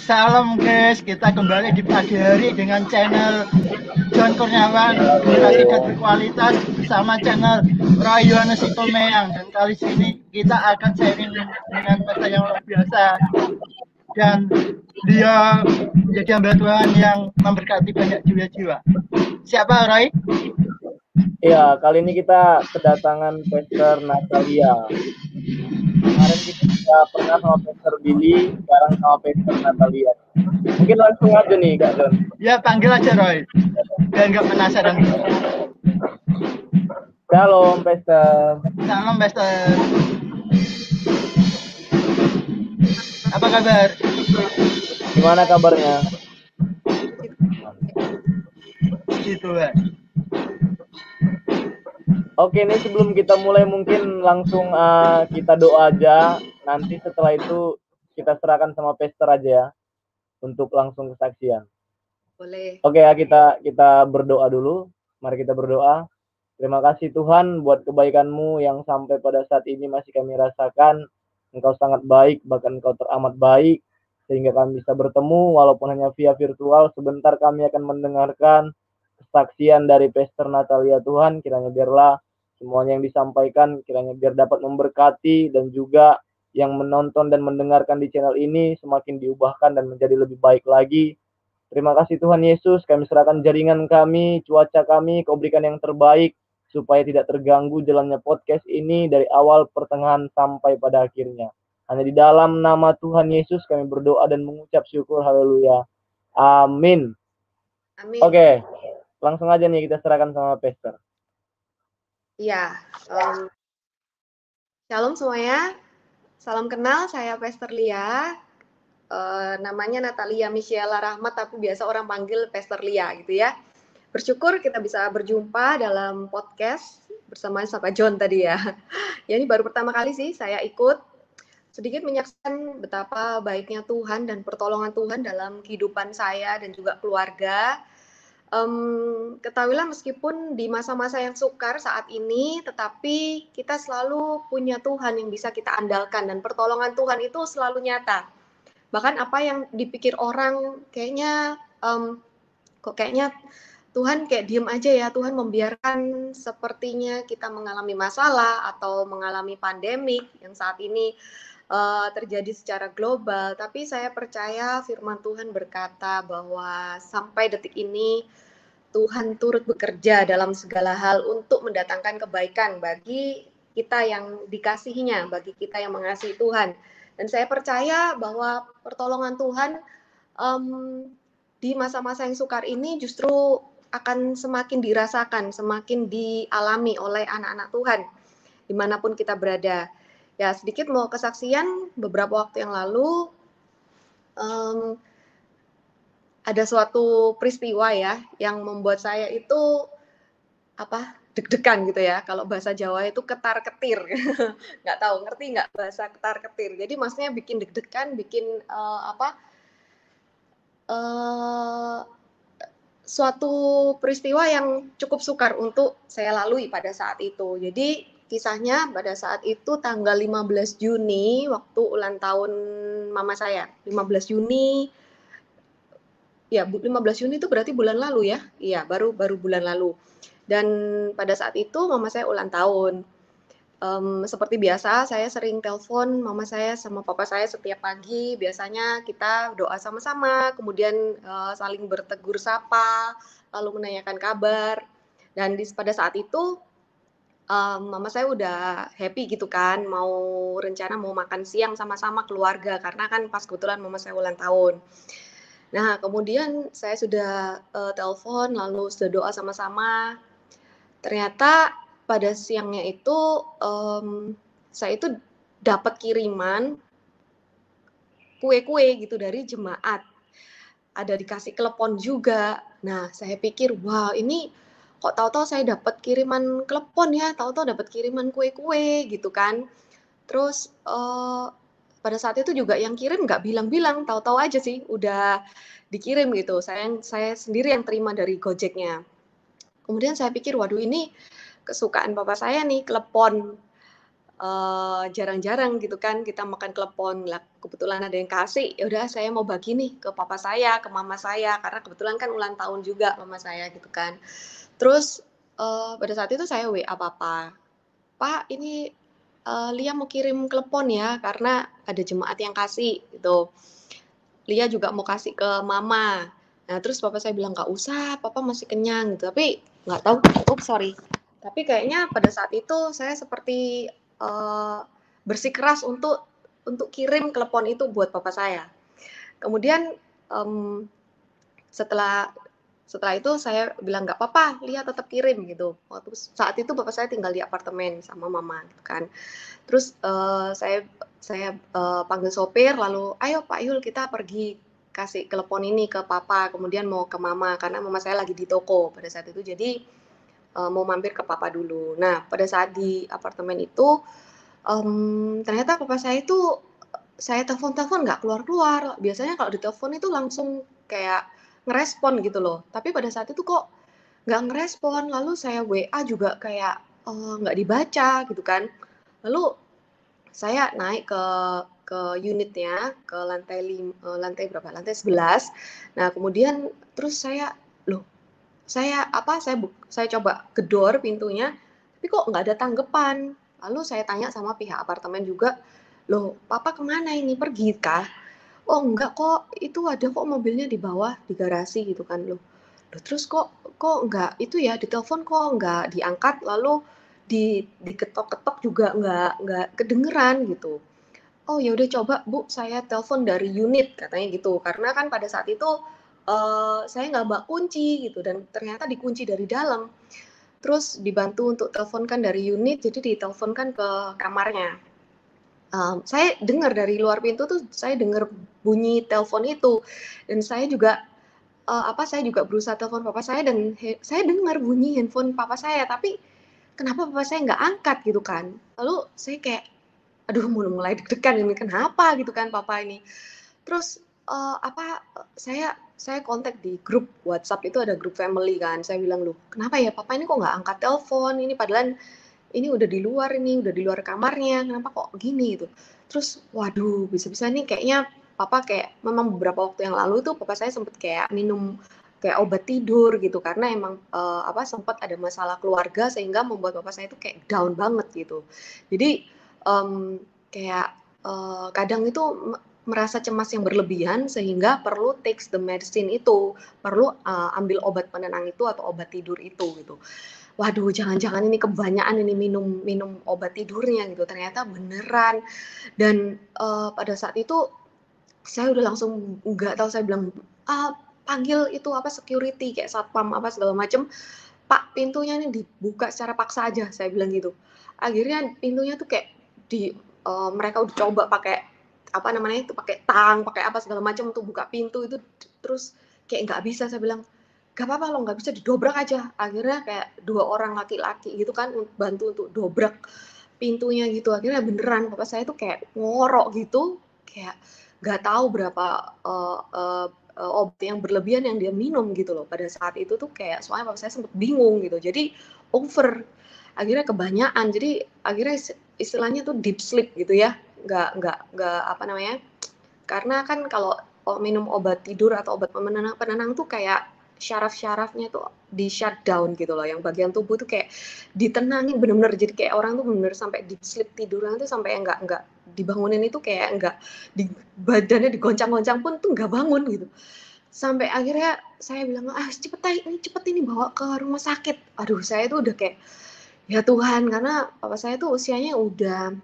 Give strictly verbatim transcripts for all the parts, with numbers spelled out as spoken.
Salam guys, kita kembali di pagi hari dengan channel John Kurniawan, generasi dan berkualitas bersama channel Roy Yohanes Sitomeyang. Dan kali ini kita akan sharing dengan pesta yang luar biasa. Dan dia menjadi hamba Tuhan yang memberkati banyak jiwa-jiwa. Siapa Roy? Iya, kali ini kita kedatangan Pastor Natalia. Kemarin kita sudah pernah sama Pastor Billy, sekarang sama Pastor Natalia. Mungkin langsung aja nih, Kak John. Ya, panggil aja Roy. Dan nggak penasaran. Shalom, Pastor. Salam, Pastor. Apa kabar? Gimana kabarnya? Gitu, Pak. Oke, nih sebelum kita mulai mungkin langsung uh, kita doa aja. Nanti setelah itu kita serahkan sama Pastor aja ya untuk langsung kesaksian. Boleh. Oke ya, kita kita berdoa dulu. Mari kita berdoa. Terima kasih Tuhan buat kebaikan-Mu yang sampai pada saat ini masih kami rasakan. Engkau sangat baik, bahkan Engkau teramat baik, sehingga kami bisa bertemu walaupun hanya via virtual. Sebentar kami akan mendengarkan kesaksian dari Pastor Natalia. Tuhan, kiranya biarlah semuanya yang disampaikan, kiranya biar dapat memberkati, dan juga yang menonton dan mendengarkan di channel ini semakin diubahkan dan menjadi lebih baik lagi. Terima kasih Tuhan Yesus, kami serahkan jaringan kami, cuaca kami, Kau berikan yang terbaik, supaya tidak terganggu jalannya podcast ini dari awal, pertengahan, sampai pada akhirnya. Hanya di dalam nama Tuhan Yesus kami berdoa dan mengucap syukur, haleluya. Amin. Amin. Oke, langsung aja nih kita serahkan sama Pastor. Iya. Um, shalom semuanya. Salam kenal, saya Pastor Lia. Uh, namanya Natalia Michela Rahmat, tapi biasa orang panggil Pastor Lia gitu ya. Bersyukur kita bisa berjumpa dalam podcast bersama Sapa John tadi ya. Ya ini baru pertama kali sih saya ikut sedikit menyaksikan betapa baiknya Tuhan dan pertolongan Tuhan dalam kehidupan saya dan juga keluarga. Um, ketahuilah meskipun di masa-masa yang sukar saat ini, tetapi kita selalu punya Tuhan yang bisa kita andalkan dan pertolongan Tuhan itu selalu nyata. Bahkan apa yang dipikir orang kayaknya um, kok kayaknya Tuhan kayak diem aja ya, Tuhan membiarkan sepertinya kita mengalami masalah atau mengalami pandemik yang saat ini uh, terjadi secara global. Tapi saya percaya firman Tuhan berkata bahwa sampai detik ini Tuhan turut bekerja dalam segala hal untuk mendatangkan kebaikan bagi kita yang dikasihinya, bagi kita yang mengasihi Tuhan. Dan saya percaya bahwa pertolongan Tuhan um, di masa-masa yang sukar ini justru akan semakin dirasakan, semakin dialami oleh anak-anak Tuhan, dimanapun kita berada. Ya, sedikit mau kesaksian, beberapa waktu yang lalu, um, ada suatu peristiwa ya, yang membuat saya itu, apa, deg-degan gitu ya, kalau bahasa Jawa itu ketar-ketir, nggak tahu, ngerti nggak bahasa ketar-ketir? Jadi maksudnya bikin deg-degan, bikin, uh, apa, uh, suatu peristiwa yang cukup sukar untuk saya lalui pada saat itu. Jadi kisahnya pada saat itu tanggal lima belas Juni, waktu ulang tahun mama saya, lima belas Juni, ya lima belas Juni itu berarti bulan lalu ya, iya baru baru bulan lalu. Dan pada saat itu mama saya ulang tahun. Um, seperti biasa, saya sering telepon mama saya sama papa saya setiap pagi. Biasanya kita doa sama-sama, kemudian uh, saling bertegur sapa, lalu menanyakan kabar. Dan di, pada saat itu, um, mama saya udah happy gitu kan, mau rencana mau makan siang sama-sama keluarga, karena kan pas kebetulan mama saya ulang tahun. Nah, kemudian saya sudah uh, telepon, lalu sudah doa sama-sama. Ternyata pada siangnya itu um, saya itu dapat kiriman kue-kue gitu dari jemaat. Ada dikasih klepon juga. Nah, saya pikir, wah ini kok tahu-tahu saya dapat kiriman klepon ya, tahu-tahu dapat kiriman kue-kue gitu kan. Terus uh, pada saat itu juga yang kirim nggak bilang-bilang, tahu-tahu aja sih udah dikirim gitu. Saya saya sendiri yang terima dari Gojeknya. Kemudian saya pikir, waduh ini kesukaan bapak saya nih, klepon. uh, jarang-jarang gitu kan kita makan klepon. Lah kebetulan ada yang kasih, ya udah saya mau bagi nih ke papa saya, ke mama saya, karena kebetulan kan ulang tahun juga mama saya gitu kan. Terus uh, pada saat itu saya W A papa, Pak ini uh, Lia mau kirim klepon ya, karena ada jemaat yang kasih gitu. Lia juga mau kasih ke mama. Nah terus papa saya bilang nggak usah, papa masih kenyang gitu. Tapi nggak tahu, oh sorry. Tapi kayaknya pada saat itu saya seperti uh, bersikeras untuk untuk kirim telepon itu buat papa saya. Kemudian um, setelah setelah itu saya bilang nggak apa-apa, Lia tetap kirim gitu. Waktu saat itu bapak saya tinggal di apartemen sama mama gitu kan. Terus uh, saya saya uh, panggil sopir, lalu ayo Pak Yul kita pergi kasih telepon ini ke papa, kemudian mau ke mama karena mama saya lagi di toko pada saat itu, jadi uh, mau mampir ke papa dulu. Nah pada saat di apartemen itu um, ternyata papa saya itu saya telepon-telepon nggak keluar-keluar. Biasanya kalau ditelepon itu langsung kayak ngerespon gitu loh. Tapi pada saat itu kok nggak ngerespon. Lalu saya W A juga kayak uh, nggak dibaca gitu kan. Lalu saya naik ke ke unitnya, ke lantai lim, lantai berapa? Lantai sebelas. Nah, kemudian terus saya, loh, saya apa? Saya saya coba gedor pintunya, tapi kok nggak ada tanggapan. Lalu saya tanya sama pihak apartemen juga, loh, papa kemana ini? Pergi kah? Oh enggak kok, itu ada kok mobilnya di bawah di garasi gitu kan loh. Loh terus kok kok enggak itu ya ditelepon kok enggak diangkat, lalu di diketok-ketok juga enggak enggak kedengeran gitu. Oh ya udah coba Bu saya telepon dari unit katanya gitu. Karena kan pada saat itu uh, saya nggak bawa kunci gitu dan ternyata dikunci dari dalam. Terus dibantu untuk teleponkan dari unit, jadi diteleponkan ke kamarnya. Um, saya dengar dari luar pintu tuh saya dengar bunyi telepon itu dan saya juga uh, apa saya juga berusaha telepon papa saya dan he, saya dengar bunyi handphone papa saya tapi kenapa papa saya nggak angkat gitu kan. Lalu saya kayak aduh mulai deg-degan ini kenapa gitu kan papa ini. Terus uh, apa saya saya kontak di grup WhatsApp, itu ada grup family kan. Saya bilang loh kenapa ya papa ini kok nggak angkat telepon, ini padahal ini udah di luar ini, udah di luar kamarnya, kenapa kok gini gitu. Terus waduh bisa-bisa nih kayaknya papa kayak memang beberapa waktu yang lalu tuh papa saya sempet kayak minum kayak obat tidur gitu karena emang uh, apa sempat ada masalah keluarga sehingga membuat papa saya itu kayak down banget gitu. Jadi um, kayak uh, kadang itu merasa cemas yang berlebihan sehingga perlu takes the medicine itu, perlu uh, ambil obat penenang itu atau obat tidur itu gitu. Waduh jangan-jangan ini kebanyakan ini minum minum obat tidurnya gitu, ternyata beneran. Dan uh, pada saat itu saya udah langsung nggak tahu, saya bilang ah, panggil itu apa security kayak satpam apa segala macem, Pak pintunya ini dibuka secara paksa aja, saya bilang gitu. Akhirnya pintunya tuh kayak di uh, mereka udah coba pakai apa namanya itu pakai tang, pakai apa segala macam untuk buka pintu itu, terus kayak nggak bisa. Saya bilang gak apa-apa lo nggak bisa didobrak aja. Akhirnya kayak dua orang laki-laki gitu kan bantu untuk dobrak pintunya gitu. Akhirnya beneran papa saya tuh kayak ngorok gitu, kayak nggak tahu berapa uh, uh, uh, obat yang berlebihan yang dia minum gitu loh pada saat itu tuh, kayak soalnya papa saya sempet bingung gitu, jadi over, akhirnya kebanyakan, jadi akhirnya istilahnya tuh deep sleep gitu ya, nggak nggak nggak apa namanya, karena kan kalau minum obat tidur atau obat penenang penenang tuh kayak syaraf-syarafnya tuh di shutdown gitu loh, yang bagian tubuh tuh kayak ditenangin bener-bener, jadi kayak orang tuh bener-bener sampai deep sleep tiduran tuh sampai nggak nggak dibangunin itu kayak nggak di badannya digoncang-goncang pun tuh nggak bangun gitu. Sampai akhirnya saya bilang ah cepet ini cepet ini bawa ke rumah sakit. Aduh saya tuh udah kayak ya Tuhan, karena papa saya tuh usianya udah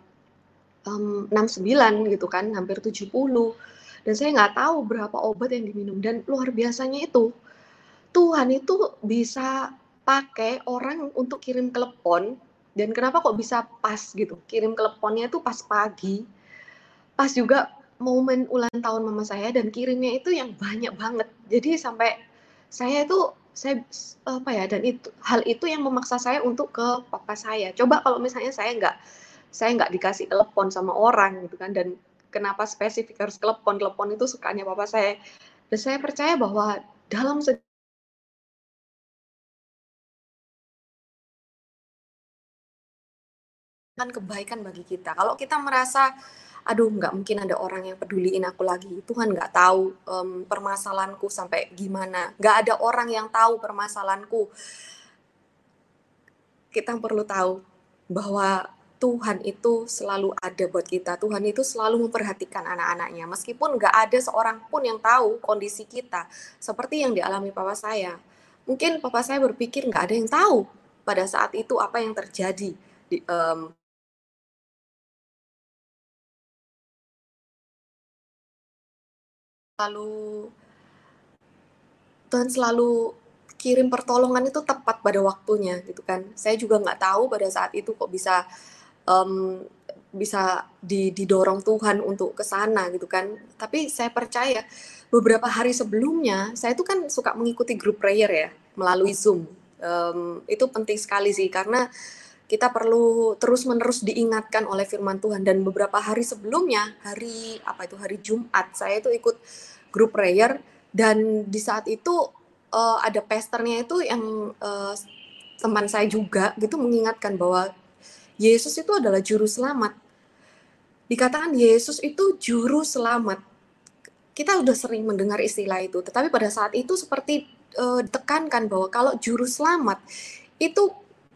um, enam puluh sembilan gitu kan, hampir tujuh puluh, dan saya nggak tahu berapa obat yang diminum. Dan luar biasanya itu Tuhan itu bisa pakai orang untuk kirim telepon, dan kenapa kok bisa pas gitu, kirim teleponnya tuh pas pagi, pas juga momen ulang tahun mama saya, dan kirimnya itu yang banyak banget. Jadi sampai saya itu, saya apa ya, dan itu hal itu yang memaksa saya untuk ke papa saya. Coba kalau misalnya saya nggak saya nggak dikasih telepon sama orang gitu kan, dan kenapa spesifik harus telepon, telepon itu sukanya papa saya. Dan saya percaya bahwa dalam kebaikan bagi kita. Kalau kita merasa, aduh nggak mungkin ada orang yang peduliin aku lagi, Tuhan nggak tahu um, permasalahanku sampai gimana, nggak ada orang yang tahu permasalahanku. Kita perlu tahu bahwa Tuhan itu selalu ada buat kita. Tuhan itu selalu memperhatikan anak-anaknya. Meskipun nggak ada seorang pun yang tahu kondisi kita. Seperti yang dialami papa saya. Mungkin papa saya berpikir nggak ada yang tahu pada saat itu apa yang terjadi. Di, um, lalu Tuhan selalu kirim pertolongan itu tepat pada waktunya gitu kan. Saya juga nggak tahu pada saat itu kok bisa um, bisa didorong Tuhan untuk ke sana gitu kan. Tapi saya percaya beberapa hari sebelumnya saya itu kan suka mengikuti group prayer ya melalui Zoom. Um, itu penting sekali sih karena kita perlu terus-menerus diingatkan oleh firman Tuhan. Dan beberapa hari sebelumnya, hari apa itu hari Jumat, saya itu ikut group prayer dan di saat itu uh, ada pastornya itu yang uh, teman saya juga gitu mengingatkan bahwa Yesus itu adalah juru selamat. Dikatakan Yesus itu juru selamat. Kita udah sering mendengar istilah itu, tetapi pada saat itu seperti uh, ditekankan bahwa kalau juru selamat itu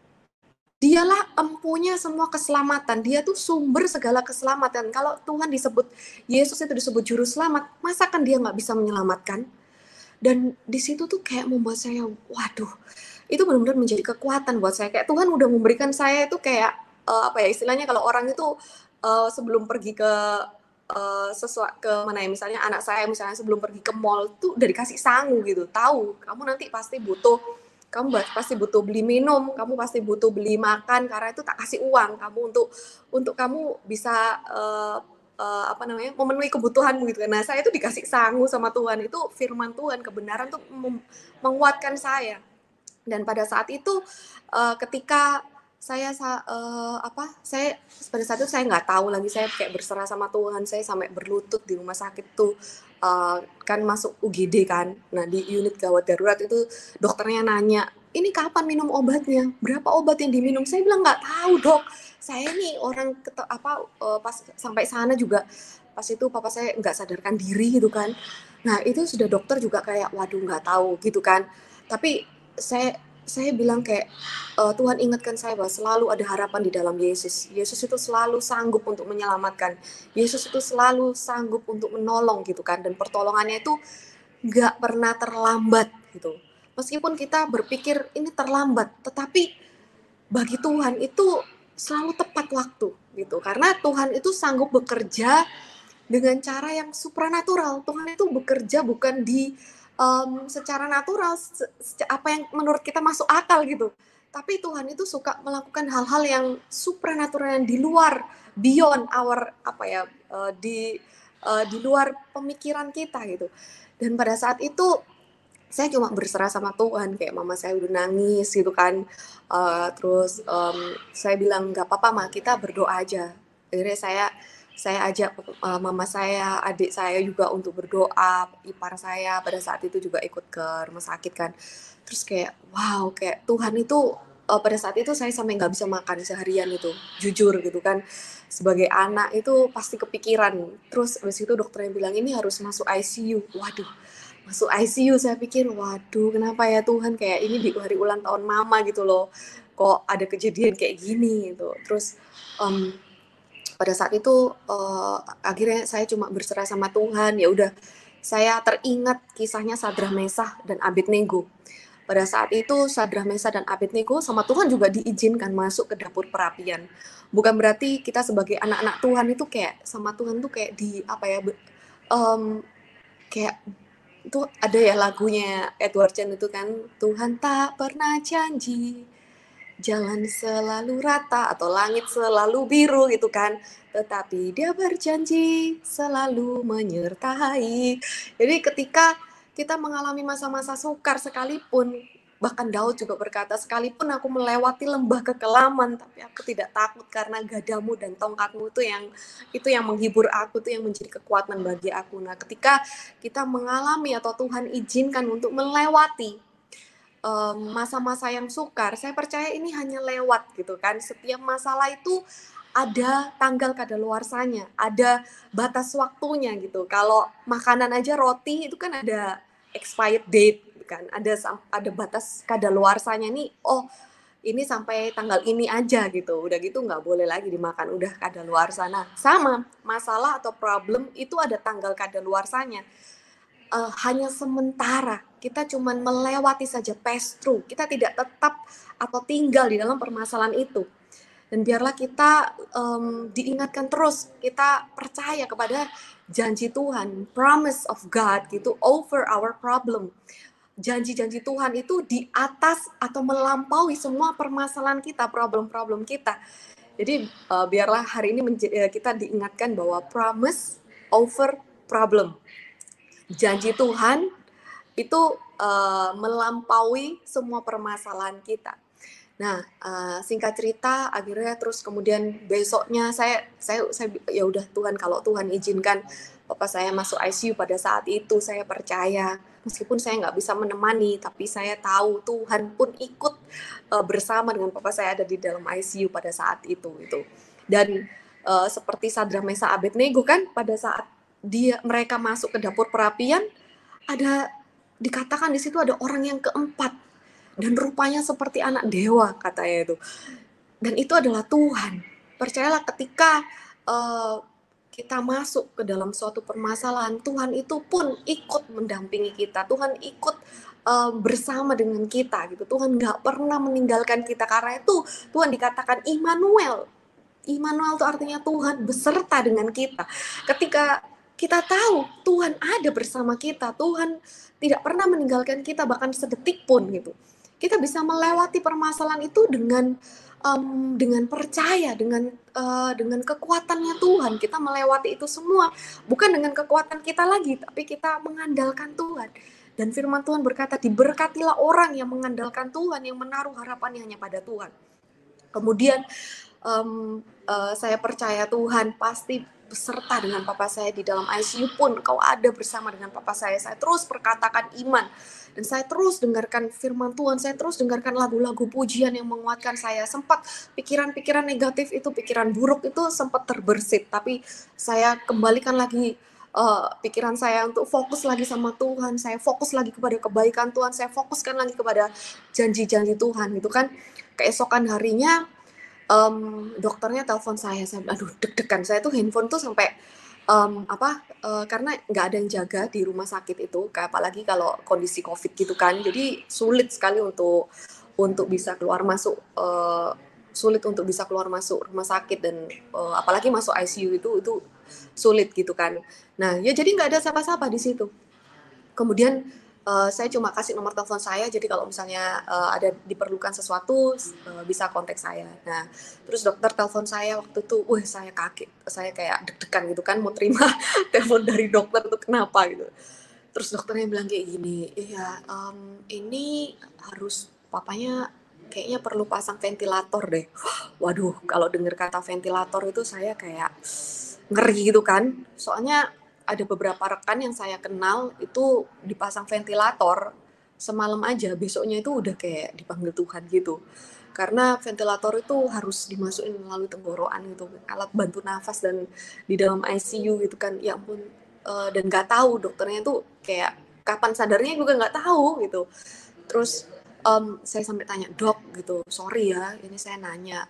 dialah empunya semua keselamatan. Dia tuh sumber segala keselamatan. Kalau Tuhan disebut, Yesus itu disebut juru selamat, masa kan dia nggak bisa menyelamatkan? Dan di situ tuh kayak membuat saya, waduh, itu benar-benar menjadi kekuatan buat saya. Kayak Tuhan udah memberikan saya itu kayak, uh, apa ya istilahnya kalau orang itu uh, sebelum pergi ke uh, sesuatu ke mana ya, misalnya anak saya misalnya sebelum pergi ke mall tuh udah dikasih sangu gitu, tahu kamu nanti pasti butuh kamu pasti butuh beli minum, kamu pasti butuh beli makan, karena itu tak kasih uang kamu untuk untuk kamu bisa uh, uh, apa namanya memenuhi kebutuhanmu gitu. Nah saya itu dikasih sangu sama Tuhan, itu firman Tuhan kebenaran tuh menguatkan saya. Dan pada saat itu uh, ketika saya uh, apa saya pada saat itu saya nggak tahu lagi, saya kayak berserah sama Tuhan, saya sampai berlutut di rumah sakit tuh. Uh, kan masuk U G D kan, nah di unit gawat darurat itu dokternya nanya, ini kapan minum obatnya, berapa obat yang diminum, saya bilang nggak tahu dok, saya nih orang ket- apa uh, pas sampai sana juga pas itu papa saya nggak sadarkan diri gitu kan. Nah itu sudah dokter juga kayak waduh nggak tahu gitu kan, tapi saya saya bilang kayak uh, Tuhan ingatkan saya bahwa selalu ada harapan di dalam Yesus. Yesus itu selalu sanggup untuk menyelamatkan. Yesus itu selalu sanggup untuk menolong gitu kan. Dan pertolongannya itu nggak pernah terlambat gitu. Meskipun kita berpikir ini terlambat, tetapi bagi Tuhan itu selalu tepat waktu gitu. Karena Tuhan itu sanggup bekerja dengan cara yang supranatural. Tuhan itu bekerja bukan di Um, secara natural, se- se- apa yang menurut kita masuk akal gitu. Tapi Tuhan itu suka melakukan hal-hal yang supranatural, yang di luar, beyond our apa ya, uh, di uh, di luar pemikiran kita gitu. Dan pada saat itu saya cuma berserah sama Tuhan, kayak mama saya udah nangis gitu kan. Uh, terus um, saya bilang nggak apa-apa mah, kita berdoa aja. Akhirnya saya saya ajak uh, mama saya, adik saya juga untuk berdoa, ipar saya pada saat itu juga ikut ke rumah sakit kan. Terus kayak wow, kayak Tuhan itu uh, pada saat itu saya sampai nggak bisa makan seharian itu, jujur gitu kan. Sebagai anak itu pasti kepikiran. Terus habis itu dokternya bilang ini harus masuk I C U. Waduh, masuk I C U saya pikir waduh kenapa ya Tuhan, kayak ini di hari ulang tahun mama gitu loh. Kok ada kejadian kayak gini gitu. Terus um, pada saat itu uh, akhirnya saya cuma berserah sama Tuhan. Ya udah, saya teringat kisahnya Sadrah Mesah dan Abednego. Pada saat itu Sadrah Mesah dan Abednego sama Tuhan juga diizinkan masuk ke dapur perapian. Bukan berarti kita sebagai anak-anak Tuhan itu kayak sama Tuhan tuh kayak di apa ya um, kayak itu ada ya lagunya Edward Chen itu kan, Tuhan tak pernah janji jalan selalu rata atau langit selalu biru gitu kan, tetapi dia berjanji selalu menyertai. Jadi ketika kita mengalami masa-masa sukar sekalipun, bahkan Daud juga berkata, sekalipun aku melewati lembah kekelaman, tapi aku tidak takut karena gadamu dan tongkatmu itu yang itu yang menghibur aku, itu yang menjadi kekuatan bagi aku. Nah ketika kita mengalami atau Tuhan izinkan untuk melewati masa-masa yang sukar, saya percaya ini hanya lewat gitu kan. Setiap masalah itu ada tanggal kadaluarsanya, ada batas waktunya gitu. Kalau makanan aja roti itu kan ada expired date kan, ada ada batas kadaluarsanya nih. Oh, ini sampai tanggal ini aja gitu. Udah gitu nggak boleh lagi dimakan, udah kadaluarsa. Nah, sama masalah atau problem itu ada tanggal kadaluarsanya. Uh, hanya sementara, kita cuman melewati saja, pass through. Kita tidak tetap atau tinggal di dalam permasalahan itu. Dan biarlah kita um, diingatkan terus, kita percaya kepada janji Tuhan, promise of God gitu over our problem. Janji-janji Tuhan itu di atas atau melampaui semua permasalahan kita, problem-problem kita. Jadi uh, biarlah hari ini menj- kita diingatkan bahwa promise over problem. Janji Tuhan itu uh, melampaui semua permasalahan kita. Nah, uh, singkat cerita, akhirnya terus kemudian besoknya saya, saya, saya ya udah Tuhan, kalau Tuhan izinkan papa saya masuk I C U pada saat itu, saya percaya meskipun saya nggak bisa menemani, tapi saya tahu Tuhan pun ikut uh, bersama dengan papa saya ada di dalam I C U pada saat itu, itu. Dan uh, seperti Sadra Mesa Abednego kan, pada saat dia mereka masuk ke dapur perapian, ada dikatakan di situ ada orang yang keempat. Dan rupanya seperti anak dewa katanya itu. Dan itu adalah Tuhan. Percayalah ketika uh, kita masuk ke dalam suatu permasalahan, Tuhan itu pun ikut mendampingi kita. Tuhan ikut uh, bersama dengan kita gitu. Tuhan nggak pernah meninggalkan kita. Karena itu Tuhan dikatakan Immanuel. Immanuel itu artinya Tuhan beserta dengan kita. Ketika kita tahu Tuhan ada bersama kita, Tuhan tidak pernah meninggalkan kita bahkan sedetik pun gitu. Kita bisa melewati permasalahan itu dengan um, dengan percaya, dengan uh, dengan kekuatannya Tuhan. Kita melewati itu semua bukan dengan kekuatan kita lagi, tapi kita mengandalkan Tuhan. Dan firman Tuhan berkata, diberkatilah orang yang mengandalkan Tuhan, yang menaruh harapannya hanya pada Tuhan. Kemudian um, uh, saya percaya Tuhan pasti beserta dengan papa saya di dalam I C U pun kau ada bersama dengan papa saya. Saya terus perkatakan iman. Dan saya terus dengarkan firman Tuhan, saya terus dengarkan lagu-lagu pujian yang menguatkan saya. Sempat pikiran-pikiran negatif itu, pikiran buruk itu sempat terbersit. Tapi saya kembalikan lagi uh, pikiran saya untuk fokus lagi sama Tuhan. Saya fokus lagi kepada kebaikan Tuhan. Saya fokuskan lagi kepada janji-janji Tuhan. Gitu kan. Keesokan harinya, um, dokternya telepon saya. Saya aduh deg-degan. Saya tuh handphone tuh sampai... Um, apa uh, karena nggak ada yang jaga di rumah sakit itu, kayak apalagi kalau kondisi COVID gitu kan, jadi sulit sekali untuk untuk bisa keluar masuk uh, sulit untuk bisa keluar masuk rumah sakit dan uh, apalagi masuk I C U itu itu sulit gitu kan. Nah ya jadi nggak ada siapa-siapa di situ. Kemudian uh, saya cuma kasih nomor telepon saya, jadi kalau misalnya uh, ada diperlukan sesuatu uh, bisa kontak saya. Nah terus dokter telepon saya waktu itu, wah saya kaget, saya kayak deg-degan gitu kan mau terima telepon dari dokter itu kenapa gitu. Terus dokternya bilang kayak gini, iya um, ini harus papanya kayaknya perlu pasang ventilator deh. Waduh, kalau dengar kata ventilator itu saya kayak ngeri gitu kan, soalnya ada beberapa rekan yang saya kenal itu dipasang ventilator semalam aja, besoknya itu udah kayak dipanggil Tuhan gitu. Karena ventilator itu harus dimasukin melalui tenggorokan gitu, alat bantu nafas dan di dalam I C U gitu kan, ya ampun. Uh, dan nggak tahu dokternya tuh kayak kapan sadarnya juga nggak tahu gitu. Terus um, saya sampai tanya, dok gitu, sorry ya ini saya nanya,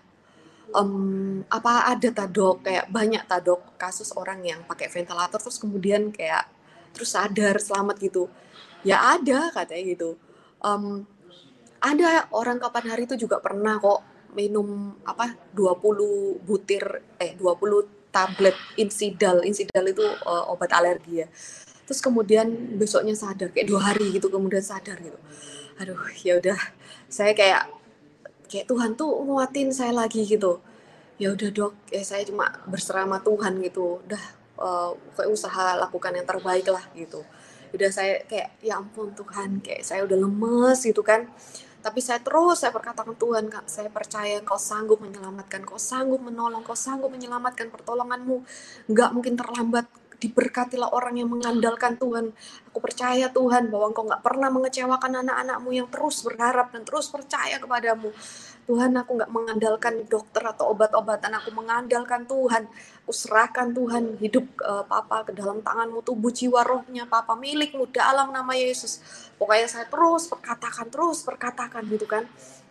Um, apa ada tadok kayak banyak tadok kasus orang yang pakai ventilator terus kemudian kayak terus sadar selamat gitu, ya ada katanya gitu. Um, ada orang kapan hari itu juga pernah kok minum apa dua puluh butir eh dua puluh tablet Insidal. Insidal itu uh, obat alergi ya. Terus kemudian besoknya sadar kayak dua hari gitu kemudian sadar gitu. Aduh ya udah saya kayak kayak Tuhan tuh nguatin saya lagi gitu. Ya udah dok, ya saya cuma berserah sama Tuhan gitu. Udah uh, kayak usaha lakukan yang terbaik lah gitu. Udah saya kayak ya ampun Tuhan, kayak saya udah lemes gitu kan. Tapi saya terus saya perkatakan Tuhan, Kak, saya percaya Kau sanggup menyelamatkan, Kau sanggup menolong, Kau sanggup menyelamatkan, pertolonganmu nggak mungkin terlambat diberkatilah orang yang mengandalkan Tuhan. Aku percaya Tuhan bahwa Engkau nggak pernah mengecewakan anak-anak-Mu yang terus berharap dan terus percaya kepadamu. Tuhan, aku nggak mengandalkan dokter atau obat-obatan, aku mengandalkan Tuhan. Aku serahkan Tuhan hidup uh, Papa ke dalam tangan-Mu, tubuh jiwa rohnya Papa milik-Mu dalam nama Yesus. Pokoknya saya terus perkatakan, terus perkatakan gitu kan.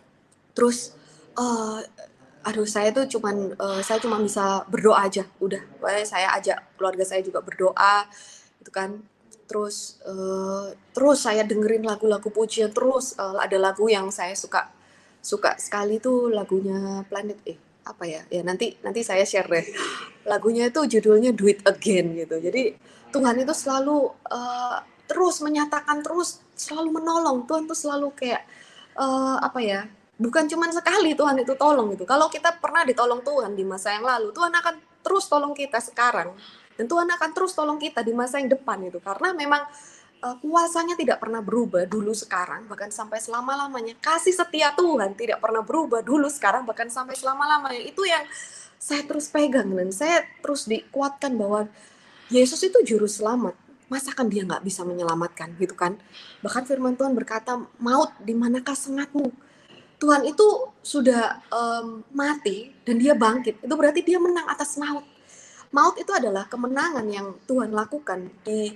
Terus uh, aduh saya tuh cuman uh, saya cuma bisa berdoa aja, udah. Pokoknya saya ajak keluarga saya juga berdoa gitu kan. Terus uh, terus saya dengerin lagu-lagu pujian, terus uh, ada lagu yang saya suka suka sekali tuh lagunya Planet eh apa ya ya nanti nanti saya share deh. Lagunya itu judulnya Do It Again gitu. Jadi Tuhan itu selalu uh, terus menyatakan, terus selalu menolong. Tuhan tuh selalu kayak uh, apa ya, bukan cuman sekali Tuhan itu tolong gitu. Kalau kita pernah ditolong Tuhan di masa yang lalu, Tuhan akan terus tolong kita sekarang, dan Tuhan akan terus tolong kita di masa yang depan itu, karena memang Uh, kuasanya tidak pernah berubah dulu sekarang bahkan sampai selama-lamanya. Kasih setia Tuhan tidak pernah berubah dulu sekarang bahkan sampai selama-lamanya. Itu yang saya terus pegang, dan saya terus dikuatkan bahwa Yesus itu juru selamat. Masakan dia nggak bisa menyelamatkan gitu kan. Bahkan firman Tuhan berkata, maut di manakah sengatmu? Tuhan itu sudah um, mati dan dia bangkit. Itu berarti dia menang atas maut. Maut itu adalah kemenangan yang Tuhan lakukan di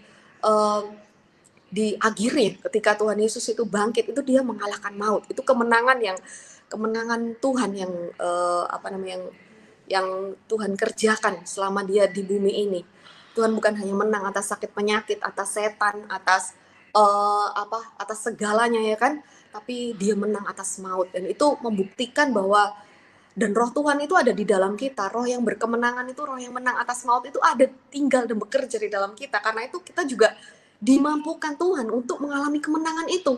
um, di akhirnya ketika Tuhan Yesus itu bangkit, itu dia mengalahkan maut. Itu kemenangan yang kemenangan Tuhan yang uh, apa namanya yang yang Tuhan kerjakan selama dia di bumi ini. Tuhan bukan hanya menang atas sakit penyakit, atas setan, atas uh, apa atas segalanya ya kan, tapi dia menang atas maut, dan itu membuktikan bahwa dan roh Tuhan itu ada di dalam kita. Roh yang berkemenangan itu, roh yang menang atas maut itu ada, tinggal dan bekerja di dalam kita. Karena itu kita juga dimampukan Tuhan untuk mengalami kemenangan itu.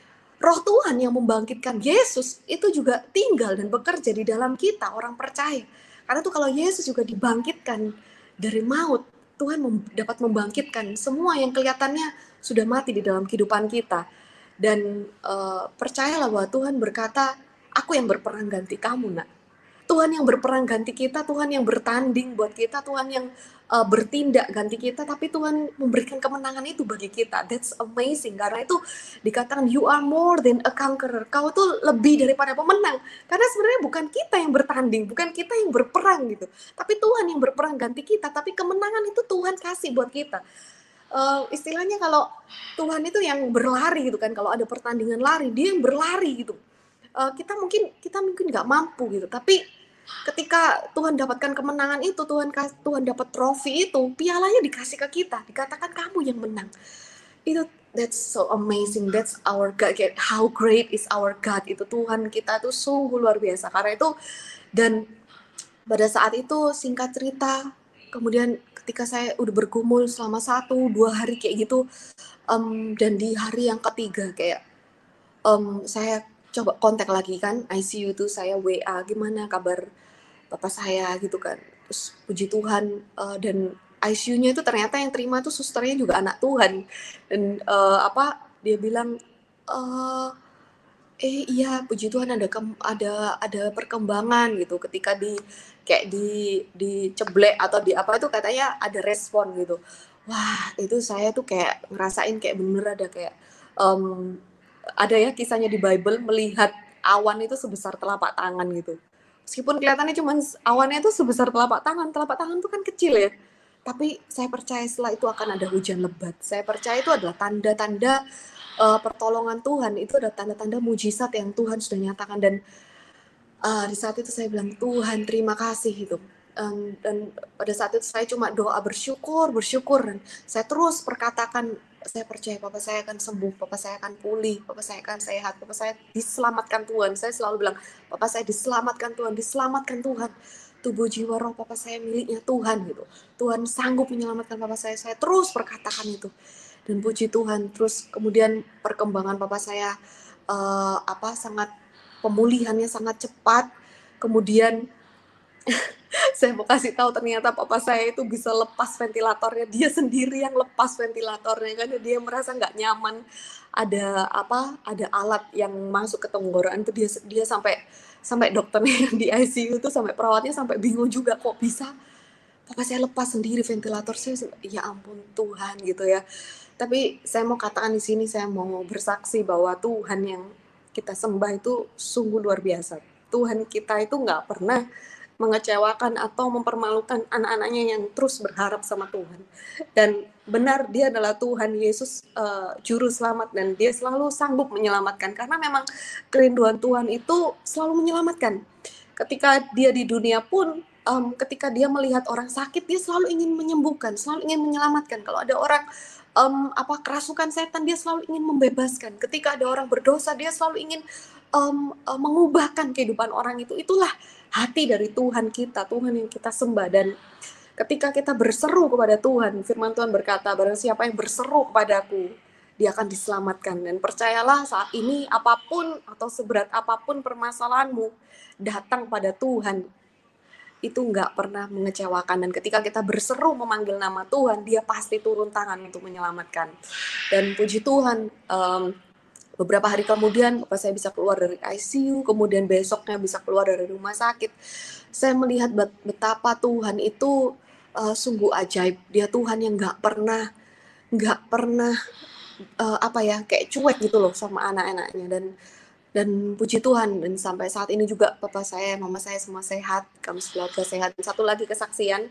Roh Tuhan yang membangkitkan Yesus itu juga tinggal dan bekerja di dalam kita, orang percaya. Karena itu kalau Yesus juga dibangkitkan dari maut, Tuhan mem- dapat membangkitkan semua yang kelihatannya sudah mati di dalam kehidupan kita. Dan uh, percayalah bahwa Tuhan berkata, aku yang berperang ganti kamu, nak. Tuhan yang berperang ganti kita, Tuhan yang bertanding buat kita, Tuhan yang uh, bertindak ganti kita, tapi Tuhan memberikan kemenangan itu bagi kita. That's amazing, karena itu dikatakan you are more than a conqueror. Kau tuh lebih daripada pemenang, karena sebenarnya bukan kita yang bertanding, bukan kita yang berperang gitu, tapi Tuhan yang berperang ganti kita, tapi kemenangan itu Tuhan kasih buat kita. Uh, istilahnya kalau Tuhan itu yang berlari gitu kan, kalau ada pertandingan lari, dia yang berlari gitu. Uh, kita mungkin kita mungkin nggak mampu gitu, tapi ketika Tuhan dapatkan kemenangan itu, Tuhan Tuhan dapat trofi itu, pialanya dikasih ke kita, dikatakan kamu yang menang. Itu that's so amazing, that's our God. How great is our God? Itu Tuhan kita tuh sungguh luar biasa. Karena itu, dan pada saat itu singkat cerita, kemudian ketika saya udah bergumul selama satu dua hari kayak gitu, um, dan di hari yang ketiga kayak um, saya coba kontak lagi kan, I C U tuh saya W A, gimana kabar papa saya gitu kan. Terus puji Tuhan, uh, dan I C U-nya itu ternyata yang terima tuh susternya juga anak Tuhan. Dan uh, apa dia bilang, uh, eh iya puji Tuhan ada ke, ada ada perkembangan gitu, ketika di kayak di diceblek atau di apa itu katanya ada respon gitu. Wah, itu saya tuh kayak ngerasain kayak bener ada kayak um, ada ya kisahnya di Bible, melihat awan itu sebesar telapak tangan gitu. Meskipun kelihatannya cuma awannya itu sebesar telapak tangan, telapak tangan itu kan kecil ya. Tapi saya percaya setelah itu akan ada hujan lebat. Saya percaya itu adalah tanda-tanda uh, pertolongan Tuhan, itu adalah tanda-tanda mujizat yang Tuhan sudah nyatakan. Dan uh, di saat itu saya bilang, Tuhan terima kasih gitu. Um, dan pada saat itu saya cuma doa bersyukur, bersyukur. Dan saya terus perkatakan, saya percaya papa saya akan sembuh, papa saya akan pulih, papa saya akan sehat, papa saya diselamatkan Tuhan. Saya selalu bilang, papa saya diselamatkan Tuhan, diselamatkan Tuhan. Tubuh jiwa roh papa saya miliknya Tuhan gitu. Tuhan sanggup menyelamatkan papa saya. Saya terus perkatakan itu. Dan puji Tuhan, terus kemudian perkembangan papa saya uh, apa sangat pemulihannya sangat cepat. Kemudian saya mau kasih tahu, ternyata papa saya itu bisa lepas ventilatornya, dia sendiri yang lepas ventilatornya karena dia merasa nggak nyaman ada apa ada alat yang masuk ke tenggorokan itu. Dia dia sampai sampai dokternya yang di I C U itu, sampai perawatnya sampai bingung juga kok bisa papa saya lepas sendiri ventilator, saya ya ampun Tuhan gitu ya. Tapi saya mau katakan di sini, saya mau bersaksi bahwa Tuhan yang kita sembah itu sungguh luar biasa. Tuhan kita itu nggak pernah mengecewakan atau mempermalukan anak-anaknya yang terus berharap sama Tuhan. Dan benar dia adalah Tuhan Yesus, uh, juru selamat, dan dia selalu sanggup menyelamatkan, karena memang kerinduan Tuhan itu selalu menyelamatkan. Ketika dia di dunia pun, um, ketika dia melihat orang sakit, dia selalu ingin menyembuhkan, selalu ingin menyelamatkan. Kalau ada orang um, apa kerasukan setan, dia selalu ingin membebaskan. Ketika ada orang berdosa, dia selalu ingin um, uh, mengubahkan kehidupan orang itu. Itulah hati dari Tuhan kita, Tuhan yang kita sembah. Dan ketika kita berseru kepada Tuhan, firman Tuhan berkata, barang siapa yang berseru kepadaku, dia akan diselamatkan. Dan percayalah, saat ini apapun atau seberat apapun permasalahanmu, datang pada Tuhan, itu nggak pernah mengecewakan. Dan ketika kita berseru memanggil nama Tuhan, dia pasti turun tangan untuk menyelamatkan. Dan puji Tuhan, um, beberapa hari kemudian Bapak saya bisa keluar dari I C U, kemudian besoknya bisa keluar dari rumah sakit. Saya melihat betapa Tuhan itu uh, sungguh ajaib. Dia Tuhan yang nggak pernah nggak pernah uh, apa ya kayak cuek gitu loh sama anak-anaknya. Dan dan puji Tuhan, dan sampai saat ini juga Papa saya, Mama saya semua sehat, kami sekeluarga sehat. Dan satu lagi kesaksian,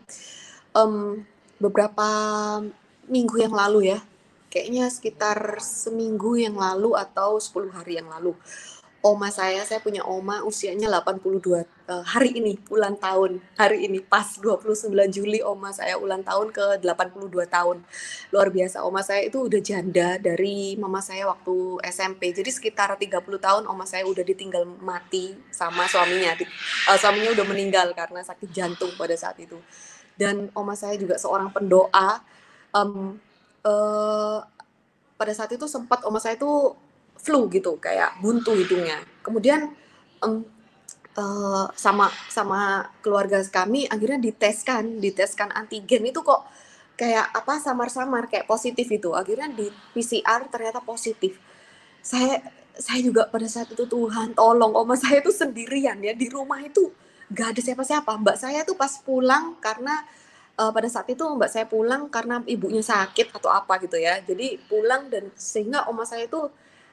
um, beberapa minggu yang lalu ya, kayaknya sekitar seminggu yang lalu atau sepuluh hari yang lalu, oma saya, saya punya oma usianya delapan puluh dua, uh, hari ini ulang tahun, hari ini pas dua puluh sembilan Juli oma saya ulang tahun ke delapan puluh dua tahun. Luar biasa, oma saya itu udah janda dari mama saya waktu S M P, jadi sekitar tiga puluh tahun oma saya udah ditinggal mati sama suaminya. Uh, suaminya udah meninggal karena sakit jantung pada saat itu. Dan oma saya juga seorang pendoa. um, Uh, pada saat itu sempat oma saya itu flu gitu, kayak buntu hidungnya. Kemudian um, uh, sama sama keluarga kami akhirnya diteskan, diteskan antigen itu kok kayak apa samar-samar kayak positif itu. Akhirnya di P C R ternyata positif. Saya saya juga pada saat itu, Tuhan tolong, oma saya itu sendirian ya di rumah itu, gak ada siapa-siapa. Mbak saya tuh pas pulang karena Uh, pada saat itu mbak saya pulang karena ibunya sakit atau apa gitu ya, jadi pulang, dan sehingga oma saya itu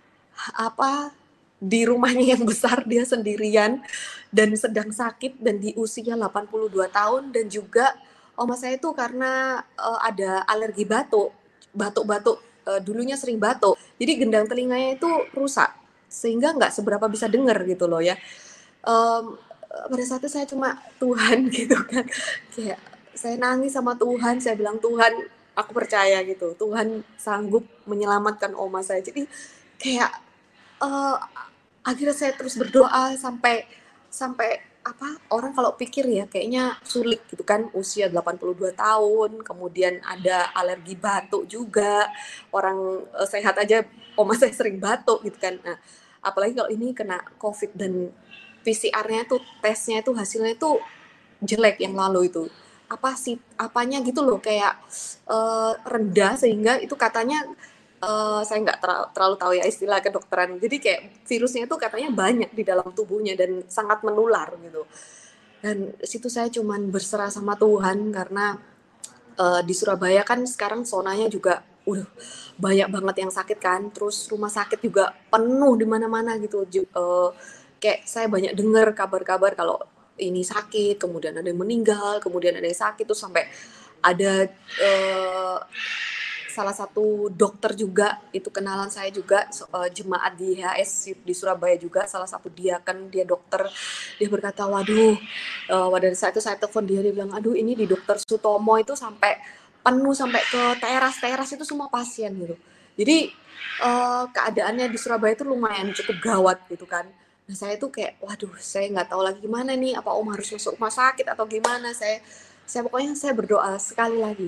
apa di rumahnya yang besar dia sendirian dan sedang sakit dan di usia delapan puluh dua tahun. Dan juga oma saya itu karena uh, ada alergi batuk, batuk-batuk, uh, dulunya sering batuk, jadi gendang telinganya itu rusak sehingga nggak seberapa bisa dengar gitu loh ya. Um, pada saat itu saya cuma Tuhan gitu kan, kayak saya nangis sama Tuhan, saya bilang, Tuhan aku percaya gitu, Tuhan sanggup menyelamatkan oma saya. Jadi kayak uh, akhirnya saya terus berdoa sampai sampai apa, orang kalau pikir ya kayaknya sulit gitu kan, usia delapan puluh dua tahun, kemudian ada alergi batuk juga, orang uh, sehat aja oma saya sering batuk gitu kan. Nah, apalagi kalau ini kena COVID dan P C R-nya tuh, tesnya itu hasilnya itu jelek yang lalu itu. Apa sih apanya gitu loh, kayak uh, rendah, sehingga itu katanya uh, saya nggak ter- terlalu tahu ya istilah kedokteran, jadi kayak virusnya itu katanya banyak di dalam tubuhnya dan sangat menular gitu. Dan situ saya cuman berserah sama Tuhan, karena uh, di Surabaya kan sekarang zonanya juga udah banyak banget yang sakit kan, terus rumah sakit juga penuh di mana-mana gitu. Uh, kayak saya banyak dengar kabar-kabar kalau ini sakit, kemudian ada yang meninggal, kemudian ada yang sakit, tuh sampai ada uh, salah satu dokter juga, itu kenalan saya juga, uh, jemaat di H S di Surabaya juga, salah satu dia kan dia dokter, dia berkata, waduh, uh, pada saat itu saya telepon dia, dia bilang, aduh ini di Dokter Sutomo itu sampai penuh, sampai ke teras-teras itu semua pasien gitu. Jadi uh, keadaannya di Surabaya itu lumayan cukup gawat gitu kan. Nah saya tuh kayak, waduh saya nggak tahu lagi gimana nih, apa om harus masuk rumah sakit atau gimana. Saya, saya pokoknya saya berdoa sekali lagi.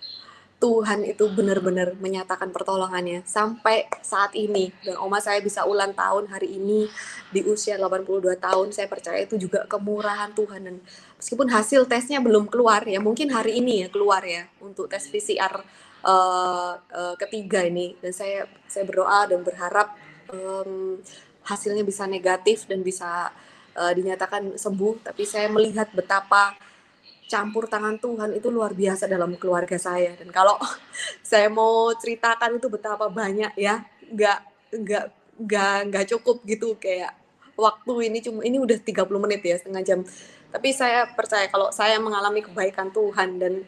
Tuhan itu benar-benar menyatakan pertolongannya sampai saat ini. Dan oma saya bisa ulang tahun hari ini di usia delapan puluh dua tahun. Saya percaya itu juga kemurahan Tuhan. Dan meskipun hasil tesnya belum keluar ya, mungkin hari ini ya keluar ya untuk tes P C R uh, uh, ketiga ini. Dan saya saya berdoa dan berharap um, hasilnya bisa negatif dan bisa uh, dinyatakan sembuh. Tapi saya melihat betapa campur tangan Tuhan itu luar biasa dalam keluarga saya. Dan kalau saya mau ceritakan itu betapa banyak ya, nggak nggak nggak nggak cukup gitu, kayak waktu ini cuma ini udah tiga puluh menit ya, setengah jam. Tapi saya percaya kalau saya mengalami kebaikan Tuhan dan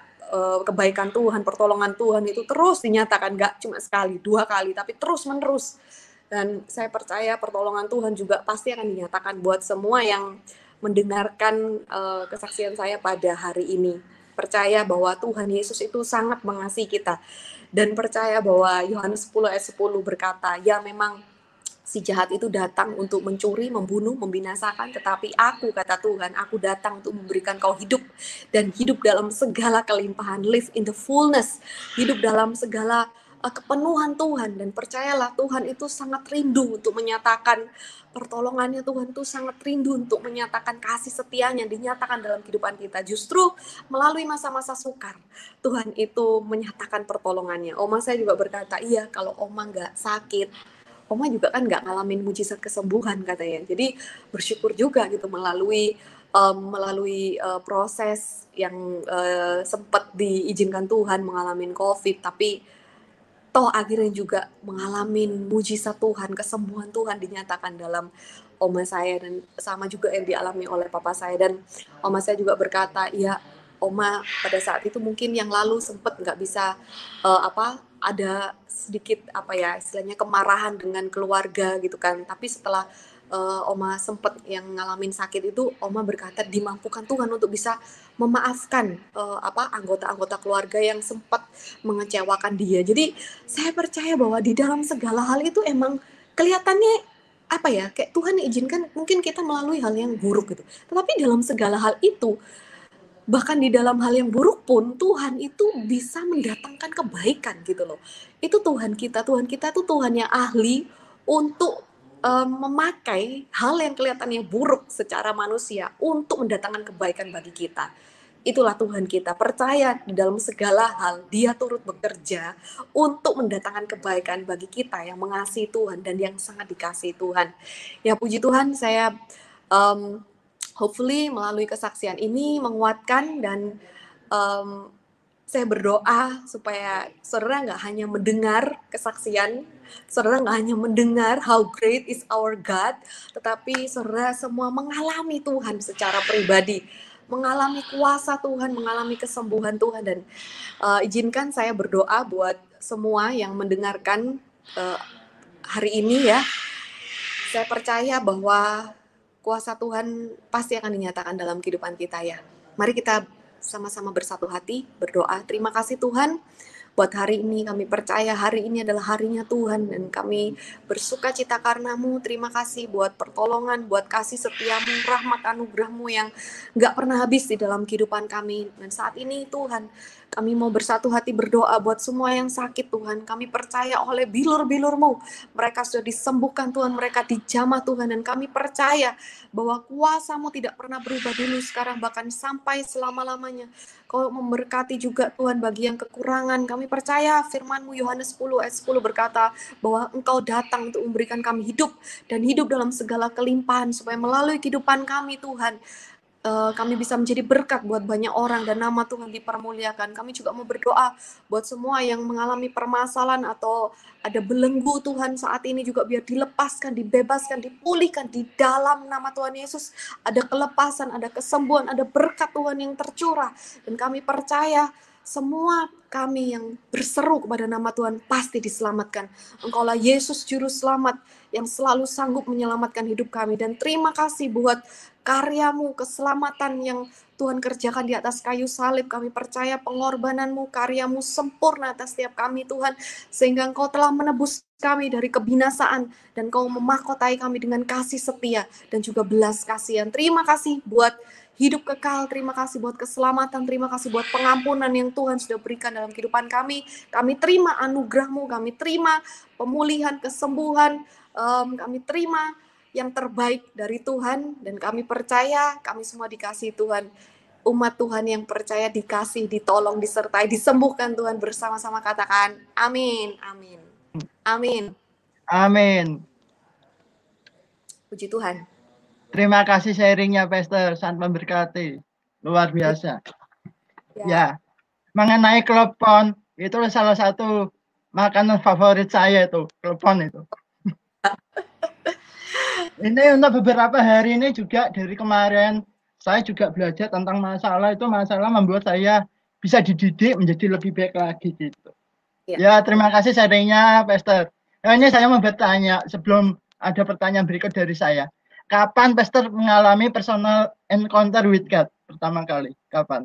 uh, kebaikan Tuhan, pertolongan Tuhan itu terus dinyatakan, nggak cuma sekali, dua kali, tapi terus menerus. Dan saya percaya pertolongan Tuhan juga pasti akan dinyatakan buat semua yang mendengarkan uh, kesaksian saya pada hari ini. Percaya bahwa Tuhan Yesus itu sangat mengasihi kita. Dan percaya bahwa Yohanes sepuluh ayat sepuluh berkata, ya memang si jahat itu datang untuk mencuri, membunuh, membinasakan, tetapi aku, kata Tuhan, aku datang untuk memberikan kau hidup, dan hidup dalam segala kelimpahan, live in the fullness, hidup dalam segala uh, kepenuhan Tuhan. Dan percayalah, Tuhan itu sangat rindu untuk menyatakan pertolongannya. Tuhan itu sangat rindu untuk menyatakan kasih setianya, dinyatakan dalam kehidupan kita. Justru melalui masa-masa sukar, Tuhan itu menyatakan pertolongannya. Oma saya juga berkata, iya kalau Oma nggak sakit, Oma juga kan nggak ngalamin mujizat kesembuhan katanya. Jadi bersyukur juga gitu melalui um, melalui uh, proses yang uh, sempat diizinkan Tuhan mengalami COVID, tapi toh akhirnya juga mengalami mujizat Tuhan, kesembuhan Tuhan dinyatakan dalam oma saya, dan sama juga yang dialami oleh papa saya. Dan oma saya juga berkata, ya oma pada saat itu mungkin yang lalu sempat nggak bisa uh, apa ada sedikit apa ya istilahnya kemarahan dengan keluarga gitu kan, tapi setelah uh, oma sempat yang ngalamin sakit itu, oma berkata dimampukan Tuhan untuk bisa memaafkan uh, apa anggota-anggota keluarga yang sempat mengecewakan dia. Jadi saya percaya bahwa di dalam segala hal itu emang kelihatannya apa ya, kayak Tuhan izinkan mungkin kita melalui hal yang buruk gitu, tetapi dalam segala hal itu, bahkan di dalam hal yang buruk pun Tuhan itu bisa mendatangkan kebaikan gitu loh. Itu Tuhan kita, Tuhan kita tuh Tuhan yang ahli untuk um, memakai hal yang kelihatannya buruk secara manusia untuk mendatangkan kebaikan bagi kita. Itulah Tuhan kita. Percaya di dalam segala hal Dia turut bekerja untuk mendatangkan kebaikan bagi kita yang mengasihi Tuhan dan yang sangat dikasihi Tuhan. Ya puji Tuhan, saya um, hopefully melalui kesaksian ini menguatkan, dan um, saya berdoa supaya saudara nggak hanya mendengar kesaksian, saudara nggak hanya mendengar how great is our God, tetapi saudara semua mengalami Tuhan secara pribadi, mengalami kuasa Tuhan, mengalami kesembuhan Tuhan. Dan uh, izinkan saya berdoa buat semua yang mendengarkan uh, hari ini ya. Saya percaya bahwa kuasa Tuhan pasti akan dinyatakan dalam kehidupan kita ya. Mari kita sama-sama bersatu hati berdoa. Terima kasih Tuhan buat hari ini. Kami percaya hari ini adalah harinya Tuhan, dan kami bersuka cita karenamu. Terima kasih buat pertolongan, buat kasih setiamu, rahmat anugerahmu yang gak pernah habis di dalam kehidupan kami. Dan saat ini Tuhan, kami mau bersatu hati berdoa buat semua yang sakit Tuhan. Kami percaya oleh bilur-bilur-Mu, mereka sudah disembuhkan Tuhan, mereka dijamah Tuhan. Dan kami percaya bahwa kuasa-Mu tidak pernah berubah dulu, sekarang, bahkan sampai selama-lamanya. Kau memberkati juga Tuhan bagi yang kekurangan. Kami percaya firman-Mu Yohanes sepuluh ayat sepuluh berkata bahwa Engkau datang untuk memberikan kami hidup, dan hidup dalam segala kelimpahan, supaya melalui kehidupan kami Tuhan, Uh, kami bisa menjadi berkat buat banyak orang dan nama Tuhan dipermuliakan. Kami juga mau berdoa buat semua yang mengalami permasalahan atau ada belenggu Tuhan saat ini, juga biar dilepaskan, dibebaskan, dipulihkan di dalam nama Tuhan Yesus. Ada kelepasan, ada kesembuhan, ada berkat Tuhan yang tercurah. Dan kami percaya semua kami yang berseru kepada nama Tuhan pasti diselamatkan. Engkaulah Yesus Juru Selamat yang selalu sanggup menyelamatkan hidup kami. Dan terima kasih buat karya-Mu, keselamatan yang Tuhan kerjakan di atas kayu salib. Kami percaya pengorbanan-Mu, karya-Mu sempurna atas setiap kami Tuhan, sehingga Engkau telah menebus kami dari kebinasaan, dan Engkau memahkotai kami dengan kasih setia dan juga belas kasihan. Terima kasih buat hidup kekal, terima kasih buat keselamatan, terima kasih buat pengampunan yang Tuhan sudah berikan dalam kehidupan kami. Kami terima anugerah-Mu, kami terima pemulihan, kesembuhan, um, kami terima yang terbaik dari Tuhan, dan kami percaya kami semua dikasihi Tuhan. Umat Tuhan yang percaya dikasih, ditolong, disertai, disembuhkan Tuhan bersama-sama, katakan amin, amin, amin. Amin. Puji Tuhan. Terima kasih sharingnya Pastor, sangat memberkati. luar biasa. Ya. Ya, mengenai klepon itu salah satu makanan favorit saya itu, klepon itu. Ini untuk beberapa hari ini juga dari kemarin saya juga belajar tentang masalah itu, masalah membuat saya bisa dididik menjadi lebih baik lagi gitu. Ya. Ya, terima kasih sharingnya, Pastor. Nah, ini saya mau bertanya sebelum ada pertanyaan berikut dari saya. Kapan Pastor mengalami personal encounter with God pertama kali? Kapan?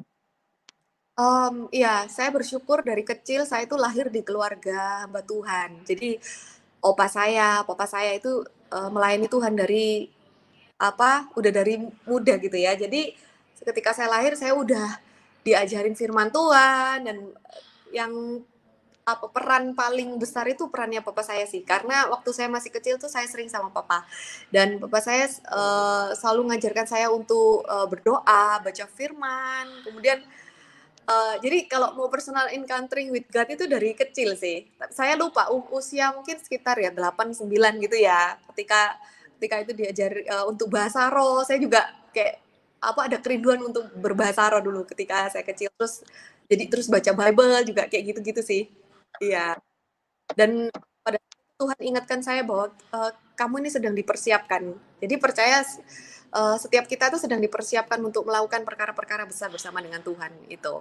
Um, ya, saya bersyukur dari kecil saya itu lahir di keluarga hamba Tuhan. Jadi opa saya, papa saya itu uh, melayani Tuhan dari apa? Udah dari muda gitu ya. Jadi ketika saya lahir saya udah diajarin firman Tuhan dan yang apa peran paling besar itu perannya papa saya sih, karena waktu saya masih kecil tuh saya sering sama papa dan papa saya uh, selalu mengajarkan saya untuk uh, berdoa, baca firman, kemudian uh, jadi kalau mau personal encountering with God itu dari kecil sih. Saya lupa usia mungkin sekitar ya delapan sembilan gitu ya. Ketika ketika itu diajar uh, untuk bahasa roh, saya juga kayak apa ada kerinduan untuk berbahasa roh dulu ketika saya kecil. Terus jadi terus baca Bible juga kayak gitu-gitu sih. Iya. Dan pada Tuhan ingatkan saya bahwa uh, kamu ini sedang dipersiapkan. Jadi percaya uh, setiap kita itu sedang dipersiapkan untuk melakukan perkara-perkara besar bersama dengan Tuhan itu.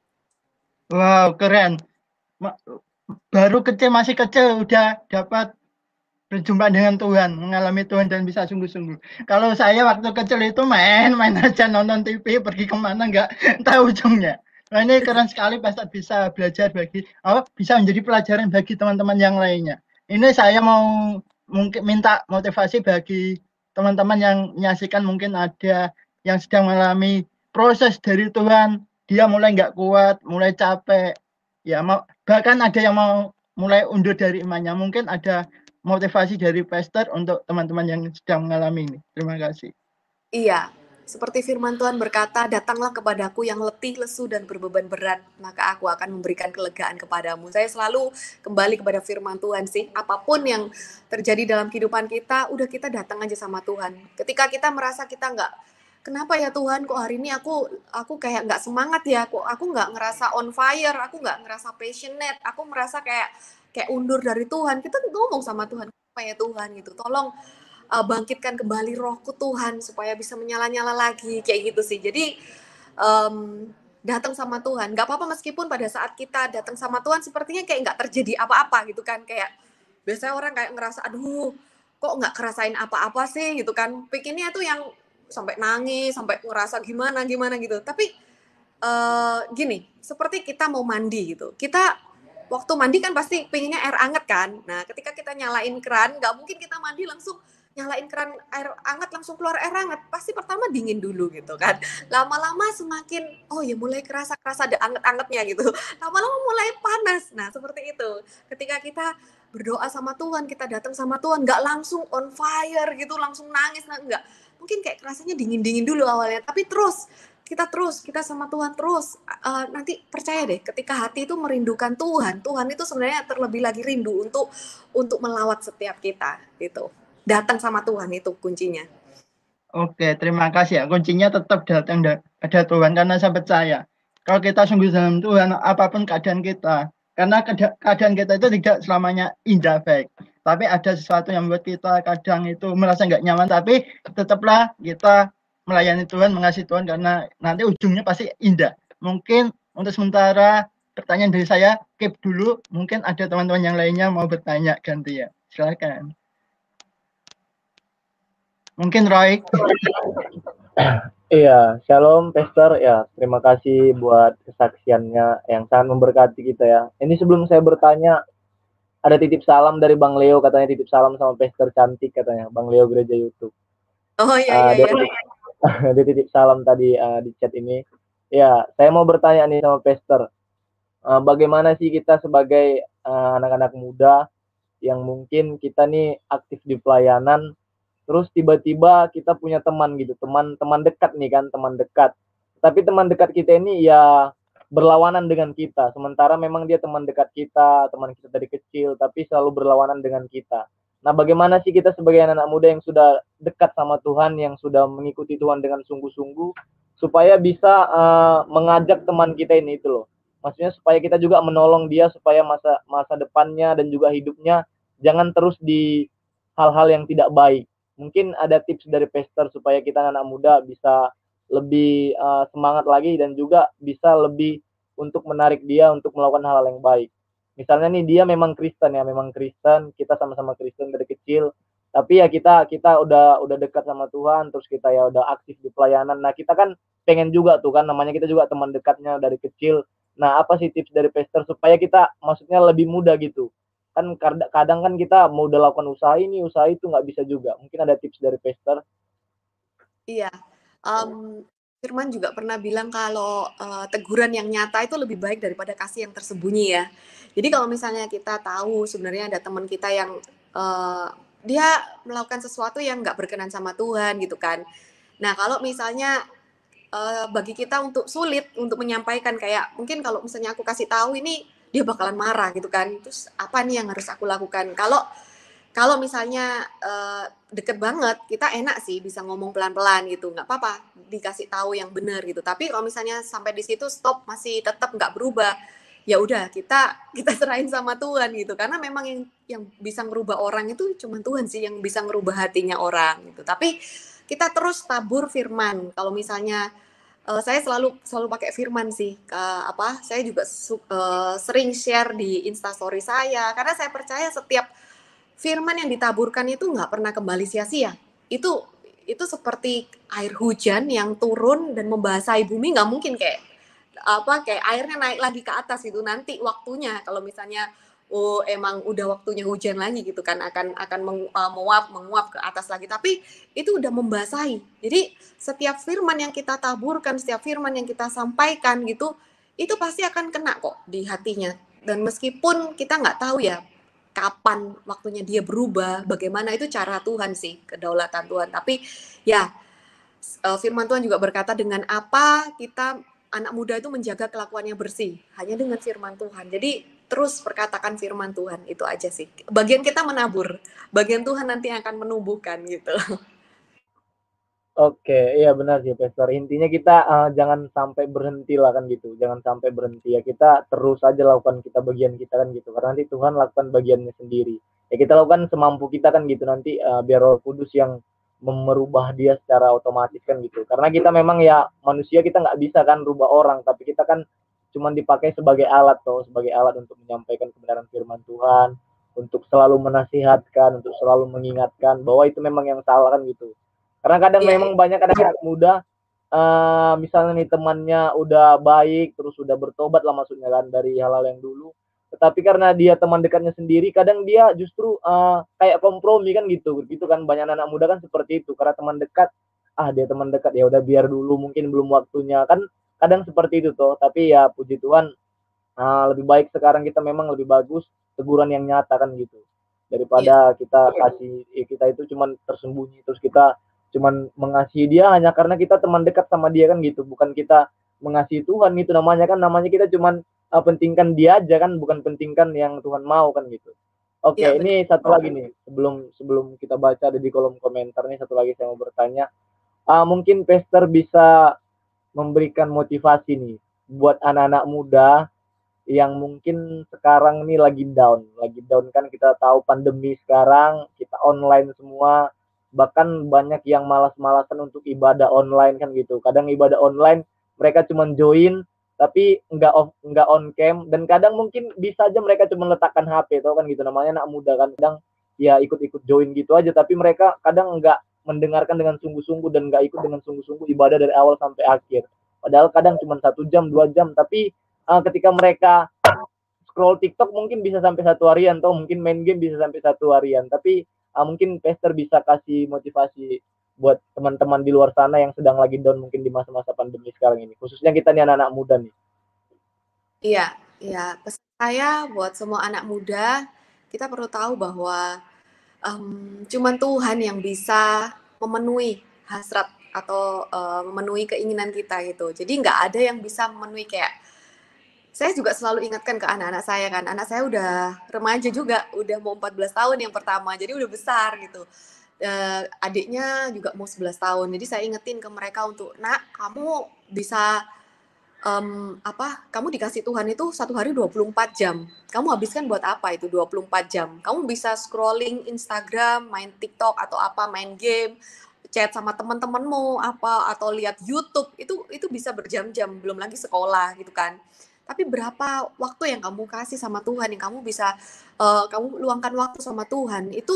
Wow, keren. Baru kecil, masih kecil udah dapat berjumpa dengan Tuhan, mengalami Tuhan dan bisa sungguh-sungguh. Kalau saya waktu kecil itu main-main aja, nonton T V, pergi kemana nggak tahu ujungnya. Nah, ini keren sekali Pastor bisa belajar bagi, oh bisa menjadi pelajaran bagi teman-teman yang lainnya. Ini saya mau mungkin minta motivasi bagi teman-teman yang menyaksikan, mungkin ada yang sedang mengalami proses dari Tuhan, dia mulai nggak kuat, mulai capek, ya mau bahkan ada yang mau mulai undur dari imannya. Mungkin ada motivasi dari Pastor untuk teman-teman yang sedang mengalami ini. Terima kasih. Iya, seperti firman Tuhan berkata, datanglah kepadaku yang letih, lesu, dan berbeban berat, maka aku akan memberikan kelegaan kepadamu. Saya selalu kembali kepada firman Tuhan sih, apapun yang terjadi dalam kehidupan kita, udah kita datang aja sama Tuhan. Ketika kita merasa kita nggak, kenapa ya Tuhan, kok hari ini aku aku kayak nggak semangat ya, kok aku nggak ngerasa on fire, aku nggak ngerasa passionate, aku merasa kayak kayak undur dari Tuhan. Kita ngomong sama Tuhan, apa ya Tuhan gitu, tolong uh, bangkitkan kembali rohku Tuhan supaya bisa menyala-nyala lagi kayak gitu sih. Jadi um, datang sama Tuhan, nggak apa-apa meskipun pada saat kita datang sama Tuhan sepertinya kayak nggak terjadi apa-apa gitu kan, kayak biasanya orang kayak ngerasa aduh kok nggak kerasain apa-apa sih gitu kan, pikirnya tuh yang sampai nangis, sampai ngerasa gimana gimana gitu. Tapi uh, gini, seperti kita mau mandi gitu, kita waktu mandi kan pasti pengennya air anget kan. Nah ketika kita nyalain keran, nggak mungkin kita mandi langsung nyalain keran air hangat langsung keluar air hangat, pasti pertama dingin dulu gitu kan, lama-lama semakin oh ya mulai kerasa kerasa ada anget-angetnya gitu, lama-lama mulai panas. Nah seperti itu ketika kita berdoa sama Tuhan, kita datang sama Tuhan, nggak langsung on fire gitu, langsung nangis, nah, nggak, mungkin kayak rasanya dingin-dingin dulu awalnya, tapi terus kita terus kita sama Tuhan terus uh, nanti percaya deh ketika hati itu merindukan Tuhan, Tuhan itu sebenarnya terlebih lagi rindu untuk untuk melawat setiap kita gitu. Datang sama Tuhan itu kuncinya. Oke, terima kasih ya. Kuncinya tetap datang ada Tuhan karena saya percaya. Kalau kita sungguh dalam Tuhan, apapun keadaan kita, karena keadaan kita itu tidak selamanya indah baik. Tapi ada sesuatu yang membuat kita kadang itu merasa nggak nyaman, tapi tetaplah kita melayani Tuhan, mengasihi Tuhan, karena nanti ujungnya pasti indah. Mungkin untuk sementara pertanyaan dari saya, keep dulu. Mungkin ada teman-teman yang lainnya mau bertanya ganti ya. Silakan. Mungkin Roy. Iya, shalom Pastor. Ya, terima kasih buat kesaksiannya yang sangat memberkati kita ya. Ini sebelum saya bertanya, ada titip salam dari Bang Leo, katanya titip salam sama Pastor cantik katanya, Bang Leo Gereja YouTube. Oh iya uh, iya. Dia, iya. Dia titip salam tadi uh, di chat ini. Ya, saya mau bertanya nih sama Pastor. Uh, bagaimana sih kita sebagai uh, anak-anak muda yang mungkin kita nih aktif di pelayanan, terus tiba-tiba kita punya teman gitu, teman-teman dekat nih kan, teman dekat. Tapi teman dekat kita ini ya berlawanan dengan kita. Sementara memang dia teman dekat kita, teman kita dari kecil, tapi selalu berlawanan dengan kita. Nah, bagaimana sih kita sebagai anak-anak muda yang sudah dekat sama Tuhan, yang sudah mengikuti Tuhan dengan sungguh-sungguh, supaya bisa uh, mengajak teman kita ini itu loh. Maksudnya supaya kita juga menolong dia supaya masa masa depannya dan juga hidupnya jangan terus di hal-hal yang tidak baik. Mungkin ada tips dari Pastor supaya kita anak muda bisa lebih uh, semangat lagi dan juga bisa lebih untuk menarik dia untuk melakukan hal-hal yang baik. Misalnya nih dia memang Kristen ya, memang Kristen, kita sama-sama Kristen dari kecil, tapi ya kita kita udah udah dekat sama Tuhan, terus kita ya udah aktif di pelayanan. Nah, kita kan pengen juga tuh kan, namanya kita juga teman dekatnya dari kecil. Nah, apa sih tips dari Pastor supaya kita maksudnya lebih mudah gitu? Kan kadang kan kita mau udah lakukan usaha ini, usaha itu nggak bisa juga. Mungkin ada tips dari Pastor? Iya, um, Firman juga pernah bilang kalau uh, teguran yang nyata itu lebih baik daripada kasih yang tersembunyi ya. Jadi kalau misalnya kita tahu sebenarnya ada teman kita yang uh, dia melakukan sesuatu yang nggak berkenan sama Tuhan gitu kan. Nah kalau misalnya uh, bagi kita untuk sulit untuk menyampaikan kayak mungkin kalau misalnya aku kasih tahu ini dia bakalan marah gitu kan. Terus apa nih yang harus aku lakukan? Kalau kalau misalnya uh, deket banget, kita enak sih bisa ngomong pelan-pelan gitu, nggak apa-apa dikasih tahu yang benar gitu. Tapi kalau misalnya sampai di situ stop masih tetap nggak berubah, ya udah kita kita serahin sama Tuhan gitu. Karena memang yang yang bisa ngerubah orang itu cuma Tuhan sih yang bisa ngerubah hatinya orang gitu. Tapi kita terus tabur firman. Kalau misalnya uh, saya selalu selalu pakai firman sih, uh, apa? Saya juga uh, sering share di Instastory saya karena saya percaya setiap firman yang ditaburkan itu nggak pernah kembali sia-sia. Itu itu seperti air hujan yang turun dan membasahi bumi, nggak mungkin kayak apa kayak airnya naik lagi ke atas itu nanti waktunya kalau misalnya oh emang udah waktunya hujan lagi gitu kan akan akan menguap menguap ke atas lagi, tapi itu udah membasahi. Jadi setiap firman yang kita taburkan, setiap firman yang kita sampaikan gitu itu pasti akan kena kok di hatinya. Dan meskipun kita nggak tahu ya kapan waktunya dia berubah, bagaimana itu cara Tuhan sih, kedaulatan Tuhan. Tapi ya firman Tuhan juga berkata dengan apa kita anak muda itu menjaga kelakuannya bersih, hanya dengan firman Tuhan. Jadi terus perkatakan firman Tuhan, itu aja sih. Bagian kita menabur, bagian Tuhan nanti akan menumbuhkan gitu. Oke, iya benar sih Pastor. Intinya kita uh, jangan sampai berhenti lah kan gitu. Jangan sampai berhenti ya. Kita terus aja lakukan kita bagian kita kan gitu. Karena nanti Tuhan lakukan bagiannya sendiri. Ya kita lakukan semampu kita kan gitu nanti uh, biar Roh Kudus yang merubah dia secara otomatis kan gitu. Karena kita memang ya manusia kita nggak bisa kan rubah orang, tapi kita kan cuma dipakai sebagai alat toh, sebagai alat untuk menyampaikan kebenaran firman Tuhan, untuk selalu menasihatkan, untuk selalu mengingatkan bahwa itu memang yang salah kan gitu. Karena kadang yeah, memang yeah. banyak anak-anak muda, uh, misalnya nih temannya udah baik, terus udah bertobat lah maksudnya kan dari hal-hal yang dulu. Tetapi karena dia teman dekatnya sendiri, kadang dia justru uh, kayak kompromi kan gitu, gitu kan banyak anak muda kan seperti itu. Karena teman dekat, ah dia teman dekat ya udah biar dulu mungkin belum waktunya kan. Kadang seperti itu toh. Tapi ya puji Tuhan, uh, lebih baik sekarang kita memang lebih bagus teguran yang nyata kan gitu. Daripada yeah. kita kasih ya kita itu cuman tersembunyi terus kita cuman mengasihi dia hanya karena kita teman dekat sama dia kan gitu, bukan kita mengasihi Tuhan itu namanya kan, namanya kita cuman uh, pentingkan dia aja kan, bukan pentingkan yang Tuhan mau kan gitu. Oke, okay, ya, ini satu lagi nih sebelum sebelum kita baca di kolom komentar nih satu lagi saya mau bertanya, uh, mungkin Pastor bisa memberikan motivasi nih buat anak-anak muda yang mungkin sekarang nih lagi down, lagi down kan kita tahu pandemi sekarang kita online semua. Bahkan banyak yang malas-malasan untuk ibadah online kan gitu. Kadang ibadah online mereka cuma join tapi nggak off, nggak on cam, dan kadang mungkin bisa aja mereka cuma letakkan H P tau kan gitu, namanya anak muda kan, kadang ya ikut-ikut join gitu aja tapi mereka kadang nggak mendengarkan dengan sungguh-sungguh dan nggak ikut dengan sungguh-sungguh ibadah dari awal sampai akhir. Padahal kadang cuma satu jam dua jam tapi uh, ketika mereka scroll TikTok mungkin bisa sampai satu harian, atau mungkin main game bisa sampai satu harian. Tapi uh, mungkin Pastor bisa kasih motivasi buat teman-teman di luar sana yang sedang lagi down mungkin di masa-masa pandemi sekarang ini. Khususnya kita nih anak-anak muda nih. Iya, iya. Pesan saya buat semua anak muda, kita perlu tahu bahwa um, cuman Tuhan yang bisa memenuhi hasrat atau uh, memenuhi keinginan kita gitu. Jadi nggak ada yang bisa memenuhi kayak saya juga selalu ingatkan ke anak-anak saya kan, anak saya udah remaja juga, udah mau empat belas tahun yang pertama, jadi udah besar gitu. Uh, adiknya juga mau sebelas tahun, jadi saya ingetin ke mereka untuk, nak, kamu bisa um, apa? Kamu dikasih Tuhan itu satu hari dua puluh empat jam. Kamu habiskan buat apa itu dua puluh empat jam? Kamu bisa scrolling Instagram, main TikTok atau apa, main game, chat sama teman-temanmu apa, atau lihat YouTube, itu itu bisa berjam-jam, belum lagi sekolah gitu kan. Tapi berapa waktu yang kamu kasih sama Tuhan, yang kamu bisa uh, kamu luangkan waktu sama Tuhan, itu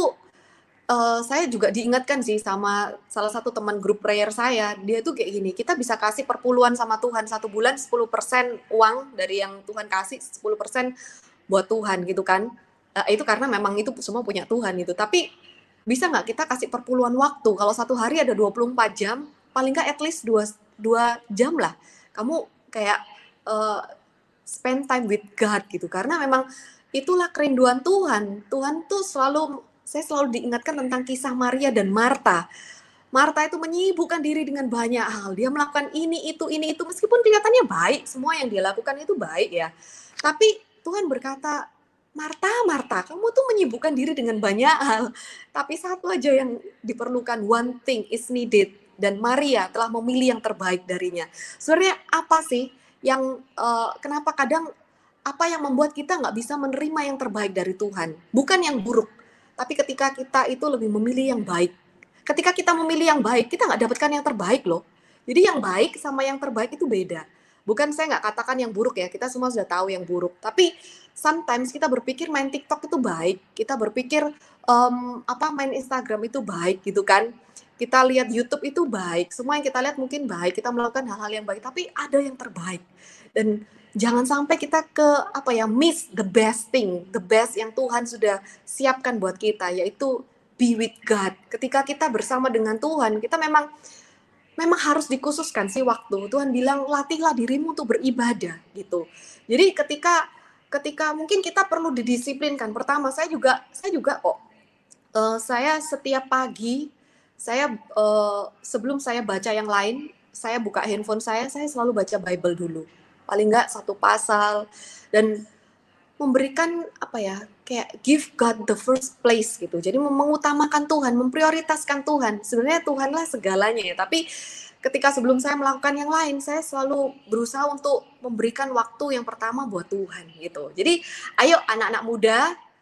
uh, saya juga diingatkan sih sama salah satu teman grup prayer saya. Dia tuh kayak gini, kita bisa kasih perpuluhan sama Tuhan, satu bulan sepuluh persen uang dari yang Tuhan kasih, sepuluh persen buat Tuhan gitu kan. Uh, itu karena memang itu semua punya Tuhan gitu. Tapi bisa nggak kita kasih perpuluhan waktu? Kalau satu hari ada dua puluh empat jam, paling nggak at least dua jam lah. Kamu kayak uh, spend time with God gitu, karena memang itulah kerinduan Tuhan. Tuhan tuh selalu, saya selalu diingatkan tentang kisah Maria dan Marta. Marta itu menyibukkan diri dengan banyak hal, dia melakukan ini itu ini itu meskipun kelihatannya baik, semua yang dia lakukan itu baik ya, tapi Tuhan berkata, Marta, Marta, kamu tuh menyibukkan diri dengan banyak hal, tapi satu aja yang diperlukan, one thing is needed, dan Maria telah memilih yang terbaik darinya. Sebenarnya apa sih yang uh, kenapa kadang apa yang membuat kita nggak bisa menerima yang terbaik dari Tuhan? Bukan yang buruk, tapi ketika kita itu lebih memilih yang baik. Ketika kita memilih yang baik, kita nggak dapatkan yang terbaik loh. Jadi yang baik sama yang terbaik itu beda. Bukan saya nggak katakan yang buruk ya, kita semua sudah tahu yang buruk. Tapi sometimes kita berpikir main TikTok itu baik, kita berpikir um, apa main Instagram itu baik gitu kan. Kita lihat YouTube itu baik, semua yang kita lihat mungkin baik, kita melakukan hal-hal yang baik, tapi ada yang terbaik. Dan jangan sampai kita ke apa ya, miss the best thing, the best yang Tuhan sudah siapkan buat kita, yaitu be with God. Ketika kita bersama dengan Tuhan, kita memang memang harus dikhususkan sih waktu. Tuhan bilang, latihlah dirimu untuk beribadah gitu. Jadi ketika ketika mungkin kita perlu didisiplinkan. Pertama, saya juga saya juga kok uh, saya setiap pagi saya uh, sebelum saya baca yang lain, saya buka handphone saya, saya selalu baca Bible dulu. Paling enggak satu pasal, dan memberikan apa ya, kayak give God the first place gitu. Jadi mengutamakan Tuhan, memprioritaskan Tuhan. Sebenarnya Tuhanlah segalanya ya, tapi ketika sebelum saya melakukan yang lain, saya selalu berusaha untuk memberikan waktu yang pertama buat Tuhan gitu. Jadi ayo anak-anak muda,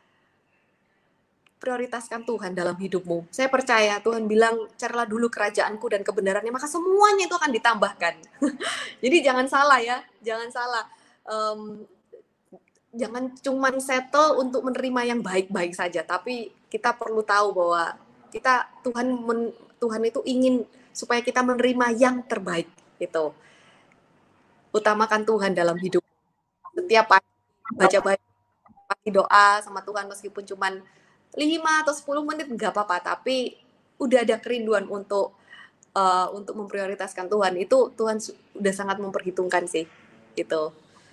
prioritaskan Tuhan dalam hidupmu. Saya percaya Tuhan bilang, carilah dulu kerajaanku dan kebenarannya, maka semuanya itu akan ditambahkan. Jadi jangan salah ya, jangan salah. Um, jangan cuman settle untuk menerima yang baik-baik saja, tapi kita perlu tahu bahwa kita Tuhan men, Tuhan itu ingin supaya kita menerima yang terbaik gitu. Utamakan Tuhan dalam hidup. Setiap pagi baca pagi doa sama Tuhan meskipun cuman lima atau sepuluh menit nggak apa-apa, tapi udah ada kerinduan untuk uh, untuk memprioritaskan Tuhan. Itu Tuhan udah sangat memperhitungkan sih gitu.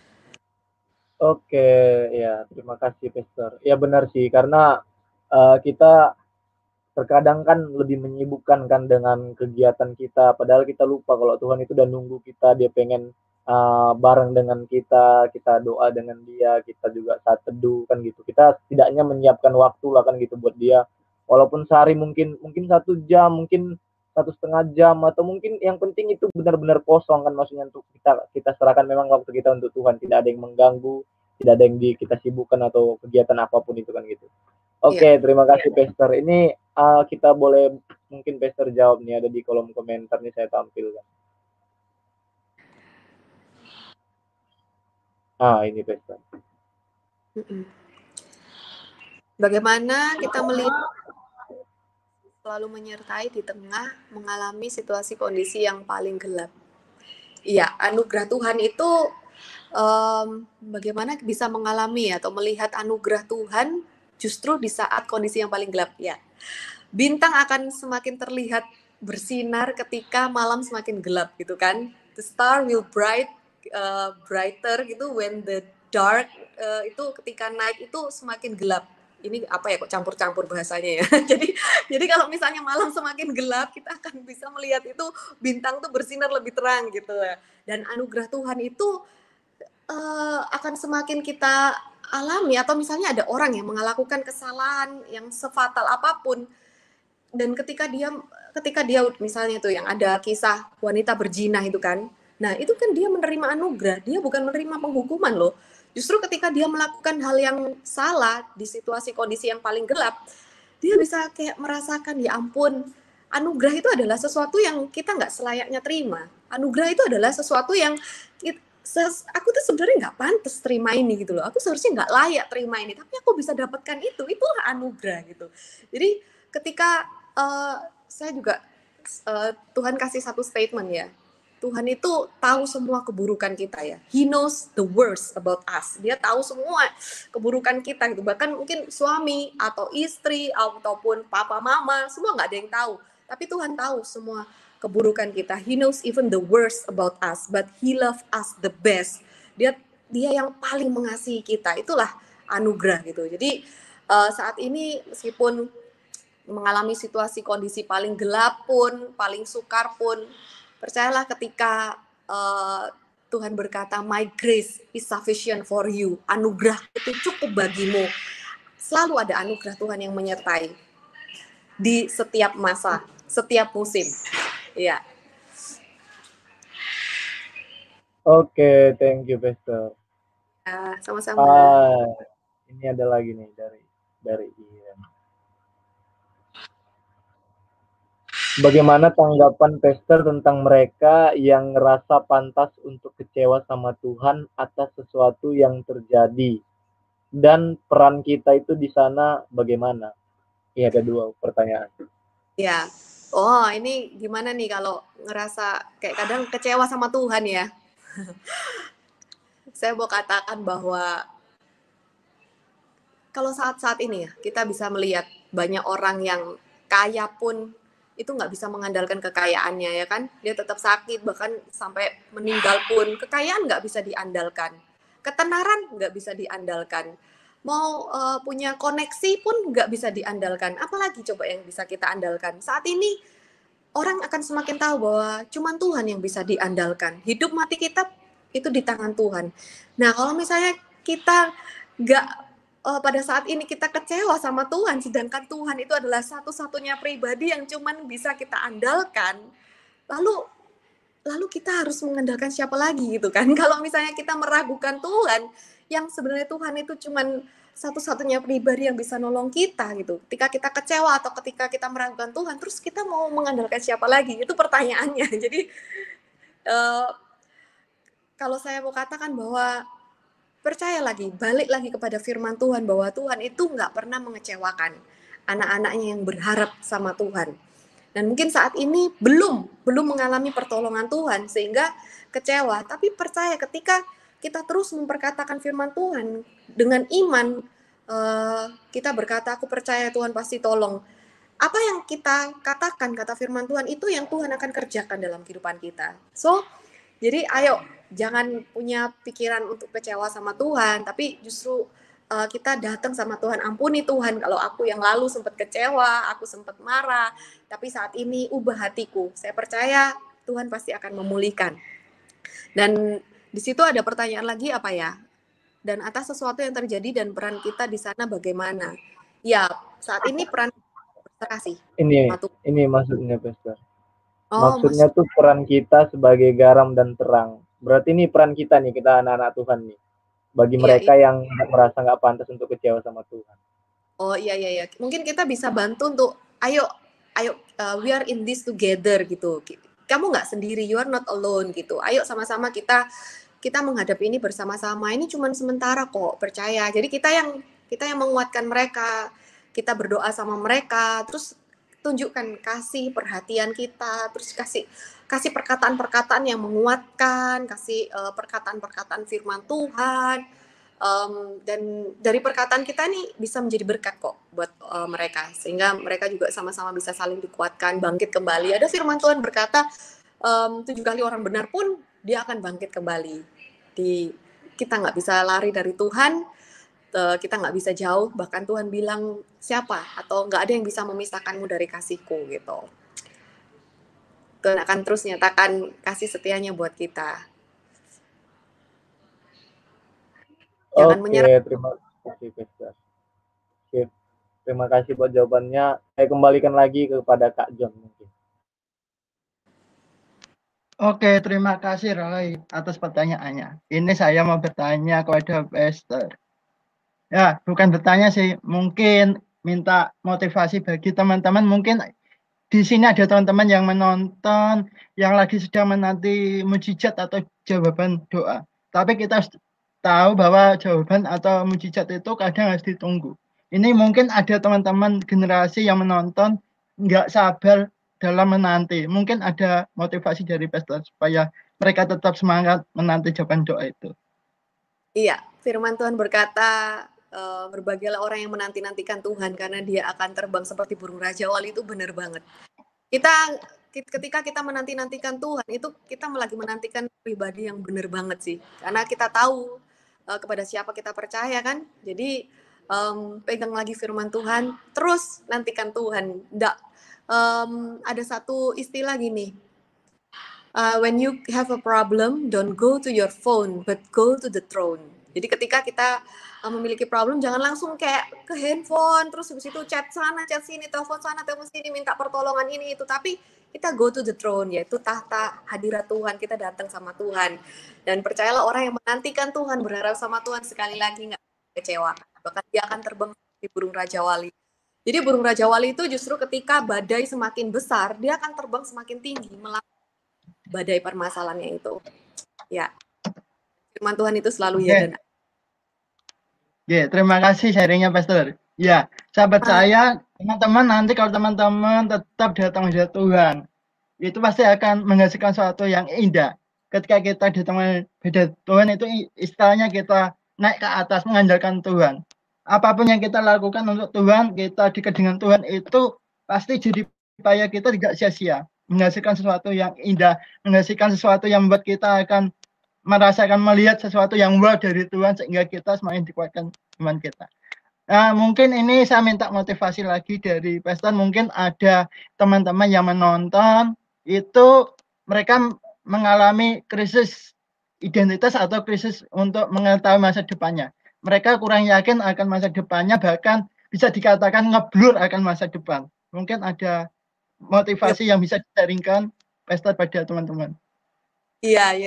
Oke, ya terima kasih Pastor. Ya benar sih, karena uh, kita terkadang kan lebih menyibukkan kan dengan kegiatan kita, padahal kita lupa kalau Tuhan itu udah nunggu kita, dia pengen uh, bareng dengan kita, kita doa dengan dia, kita juga saat teduh kan gitu. Kita setidaknya menyiapkan waktu lah kan gitu buat dia. Walaupun sehari mungkin mungkin satu jam, mungkin satu setengah jam, atau mungkin yang penting itu benar-benar kosong kan, maksudnya untuk kita kita serahkan memang waktu kita untuk Tuhan, tidak ada yang mengganggu, tidak ada yang di kita sibukkan atau kegiatan apapun itu kan gitu. Oke, okay, ya. Terima kasih Pastor. Ini uh, kita boleh mungkin Pastor jawab nih, ada di kolom komentar nih saya tampilkan. Ah, ini Pastor. Bagaimana kita melihat selalu menyertai di tengah mengalami situasi kondisi yang paling gelap. Iya, anugerah Tuhan itu um, bagaimana bisa mengalami atau melihat anugerah Tuhan justru di saat kondisi yang paling gelap ya. Bintang akan semakin terlihat bersinar ketika malam semakin gelap gitu kan. The star will bright uh, brighter gitu when the dark uh, itu ketika night itu semakin gelap. Ini apa ya, kok campur-campur bahasanya ya. jadi jadi kalau misalnya malam semakin gelap, kita akan bisa melihat itu bintang tuh bersinar lebih terang gitu ya. Dan anugerah Tuhan itu uh, akan semakin kita alami, atau misalnya ada orang yang melakukan kesalahan yang sefatal apapun, dan ketika dia ketika dia misalnya tuh yang ada kisah wanita berzina itu kan, nah itu kan dia menerima anugerah, dia bukan menerima penghukuman loh. Justru ketika dia melakukan hal yang salah di situasi kondisi yang paling gelap, dia bisa kayak merasakan, ya ampun, anugerah itu adalah sesuatu yang kita nggak selayaknya terima. Anugerah itu adalah sesuatu yang it, ses, aku tuh sebenarnya nggak pantas terima ini gitu loh. Aku seharusnya nggak layak terima ini, tapi aku bisa dapatkan itu, itulah anugerah gitu. Jadi ketika uh, saya juga uh, Tuhan kasih satu statement ya. Tuhan itu tahu semua keburukan kita ya. He knows the worst about us. Dia tahu semua keburukan kita gitu. Bahkan mungkin suami atau istri ataupun papa mama semua nggak ada yang tahu. Tapi Tuhan tahu semua keburukan kita. He knows even the worst about us, but He loves us the best. Dia dia yang paling mengasihi kita. Itulah anugerah gitu. Jadi uh, saat ini meskipun mengalami situasi kondisi paling gelap pun, paling sukar pun, percayalah ketika uh, Tuhan berkata, my grace is sufficient for you. Anugerah itu cukup bagimu. Selalu ada anugerah Tuhan yang menyertai di setiap masa, setiap musim. Ya. Oke, thank you, Pastor. Uh, sama-sama. Ah, ini ada lagi nih dari dari Ian. Bagaimana tanggapan Pastor tentang mereka yang ngerasa pantas untuk kecewa sama Tuhan atas sesuatu yang terjadi, dan peran kita itu di sana bagaimana? Iya, ada dua pertanyaan. Ya, oh ini gimana nih kalau ngerasa kayak kadang kecewa sama Tuhan ya? Saya mau katakan bahwa kalau saat-saat ini ya kita bisa melihat banyak orang yang kaya pun itu nggak bisa mengandalkan kekayaannya ya kan, dia tetap sakit, bahkan sampai meninggal pun kekayaan nggak bisa diandalkan, ketenaran nggak bisa diandalkan, mau uh, punya koneksi pun nggak bisa diandalkan, apalagi coba yang bisa kita andalkan. Saat ini orang akan semakin tahu bahwa cuma Tuhan yang bisa diandalkan, hidup mati kita itu di tangan Tuhan. Nah kalau misalnya kita nggak Uh, pada saat ini kita kecewa sama Tuhan, sedangkan Tuhan itu adalah satu-satunya pribadi yang cuman bisa kita andalkan, lalu lalu kita harus mengandalkan siapa lagi gitu kan? Kalau misalnya kita meragukan Tuhan, yang sebenarnya Tuhan itu cuman satu-satunya pribadi yang bisa nolong kita gitu. Ketika kita kecewa atau ketika kita meragukan Tuhan, terus kita mau mengandalkan siapa lagi? Itu pertanyaannya. Jadi uh, kalau saya mau katakan bahwa percaya lagi, balik lagi kepada firman Tuhan bahwa Tuhan itu nggak pernah mengecewakan anak-anaknya yang berharap sama Tuhan. Dan mungkin saat ini belum, belum mengalami pertolongan Tuhan sehingga kecewa. Tapi percaya ketika kita terus memperkatakan firman Tuhan dengan iman, uh, kita berkata, aku percaya Tuhan pasti tolong. Apa yang kita katakan, kata firman Tuhan, itu yang Tuhan akan kerjakan dalam kehidupan kita. So, jadi ayo, jangan punya pikiran untuk kecewa sama Tuhan, tapi justru uh, kita datang sama Tuhan, ampuni Tuhan kalau aku yang lalu sempat kecewa, aku sempat marah, tapi saat ini ubah hatiku. Saya percaya Tuhan pasti akan memulihkan. Dan di situ ada pertanyaan lagi apa ya? Dan atas sesuatu yang terjadi dan peran kita di sana bagaimana? Ya, saat ini peran berserah sih. Ini, ini maksudnya, Pastor. Oh, maksudnya maksud... tuh peran kita sebagai garam dan terang. Berarti ini peran kita nih, kita anak-anak Tuhan nih. Bagi iya, mereka iya. yang merasa nggak pantas untuk kecewa sama Tuhan. Oh iya iya iya. Mungkin kita bisa bantu untuk ayo ayo uh, we are in this together gitu. Kamu nggak sendiri, you are not alone gitu. Ayo sama-sama kita kita menghadapi ini bersama-sama. Ini cuma sementara kok, percaya. Jadi kita yang kita yang menguatkan mereka. Kita berdoa sama mereka, terus tunjukkan kasih perhatian kita, terus kasih kasih perkataan-perkataan yang menguatkan, kasih uh, perkataan-perkataan firman Tuhan, um, dan dari perkataan kita nih bisa menjadi berkat kok buat uh, mereka, sehingga mereka juga sama-sama bisa saling dikuatkan, bangkit kembali. Ada firman Tuhan berkata um, tujuh kali orang benar pun dia akan bangkit kembali. Di kita nggak bisa lari dari Tuhan. Kita nggak bisa jauh, bahkan Tuhan bilang siapa atau nggak ada yang bisa memisahkanmu dari kasihku gitu. Tuhan akan terus nyatakan kasih setianya buat kita. Jangan Oke, menyerah. terima kasih Pastor. Sip. Terima kasih buat jawabannya. Saya kembalikan lagi kepada Kak John mungkin. Oke, terima kasih Roy atas pertanyaannya. Ini saya mau bertanya kepada Pastor. Ya, bukan bertanya sih, mungkin minta motivasi bagi teman-teman. Mungkin di sini ada teman-teman yang menonton, yang lagi sedang menanti mujizat atau jawaban doa. Tapi kita harus tahu bahwa jawaban atau mujizat itu kadang harus ditunggu. Ini mungkin ada teman-teman generasi yang menonton nggak sabar dalam menanti. Mungkin ada motivasi dari pastor supaya mereka tetap semangat menanti jawaban doa itu. Iya, firman Tuhan berkata, uh, berbahagialah orang yang menanti-nantikan Tuhan karena dia akan terbang seperti burung Raja Wali. Itu benar banget. Kita ketika kita menanti-nantikan Tuhan, itu kita lagi menantikan pribadi yang benar banget sih. Karena kita tahu uh, kepada siapa kita percaya kan. Jadi um, pegang lagi firman Tuhan, terus nantikan Tuhan. Nggak, um, ada satu istilah gini, uh, when you have a problem, don't go to your phone, but go to the throne. Jadi ketika kita uh, memiliki problem, jangan langsung kayak ke handphone, terus habis itu chat sana, chat sini, telepon sana, telepon sini, minta pertolongan ini itu. Tapi kita go to the throne, yaitu tahta hadirat Tuhan. Kita datang sama Tuhan. Dan percayalah orang yang menantikan Tuhan, berharap sama Tuhan, sekali lagi nggak kecewa. Bahkan dia akan terbang di burung Raja Wali. Jadi burung Raja Wali itu justru ketika badai semakin besar, dia akan terbang semakin tinggi, melawan badai permasalahannya itu. Ya, firman Tuhan itu selalu ya dan Ya, terima kasih sharingnya Pastor. Ya, sahabat saya, teman-teman nanti kalau teman-teman tetap datang kepada Tuhan, itu pasti akan menghasilkan sesuatu yang indah. Ketika kita datang kepada Tuhan itu istilahnya kita naik ke atas mengandalkan Tuhan. Apapun yang kita lakukan untuk Tuhan, kita dekat dengan Tuhan itu pasti jadi upaya kita tidak sia-sia. Menghasilkan sesuatu yang indah, menghasilkan sesuatu yang membuat kita akan merasakan melihat sesuatu yang wow dari Tuhan sehingga kita semakin dikuatkan iman kita. Nah, mungkin ini saya minta motivasi lagi dari Pastor. Mungkin ada teman-teman yang menonton itu mereka mengalami krisis identitas atau krisis untuk mengetahui masa depannya. Mereka kurang yakin akan masa depannya, bahkan bisa dikatakan ngeblur akan masa depan. Mungkin ada motivasi yep. yang bisa di-sharingkan Pastor pada teman-teman. Iya, ya.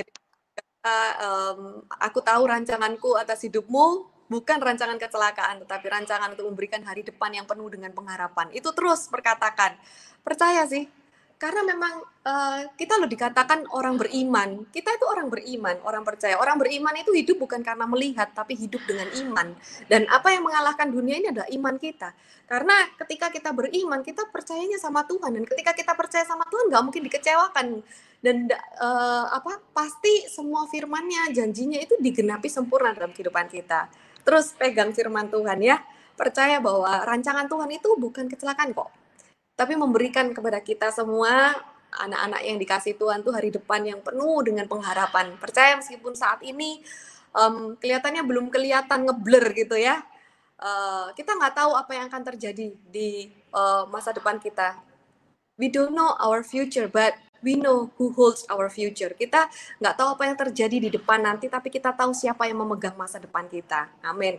Um, aku tahu rancanganku atas hidupmu bukan rancangan kecelakaan, tetapi rancangan untuk memberikan hari depan yang penuh dengan pengharapan. Itu terus perkatakan. Percaya sih, karena memang uh, kita loh dikatakan orang beriman. Kita itu orang beriman, orang percaya. Orang beriman itu hidup bukan karena melihat, tapi hidup dengan iman. Dan apa yang mengalahkan dunia ini adalah iman kita. Karena ketika kita beriman, kita percayanya sama Tuhan. Dan ketika kita percaya sama Tuhan, nggak mungkin dikecewakan. Dan uh, apa pasti semua firman-Nya, janjinya itu digenapi sempurna dalam kehidupan kita. Terus pegang firman Tuhan ya. Percaya bahwa rancangan Tuhan itu bukan kecelakaan kok. Tapi memberikan kepada kita semua anak-anak yang dikasih Tuhan tuh hari depan yang penuh dengan pengharapan. Percaya meskipun saat ini um, kelihatannya belum kelihatan ngeblur gitu ya. Uh, kita nggak tahu apa yang akan terjadi di uh, masa depan kita. We don't know our future, but we know who holds our future. Kita nggak tahu apa yang terjadi di depan nanti, tapi kita tahu siapa yang memegang masa depan kita. Amin.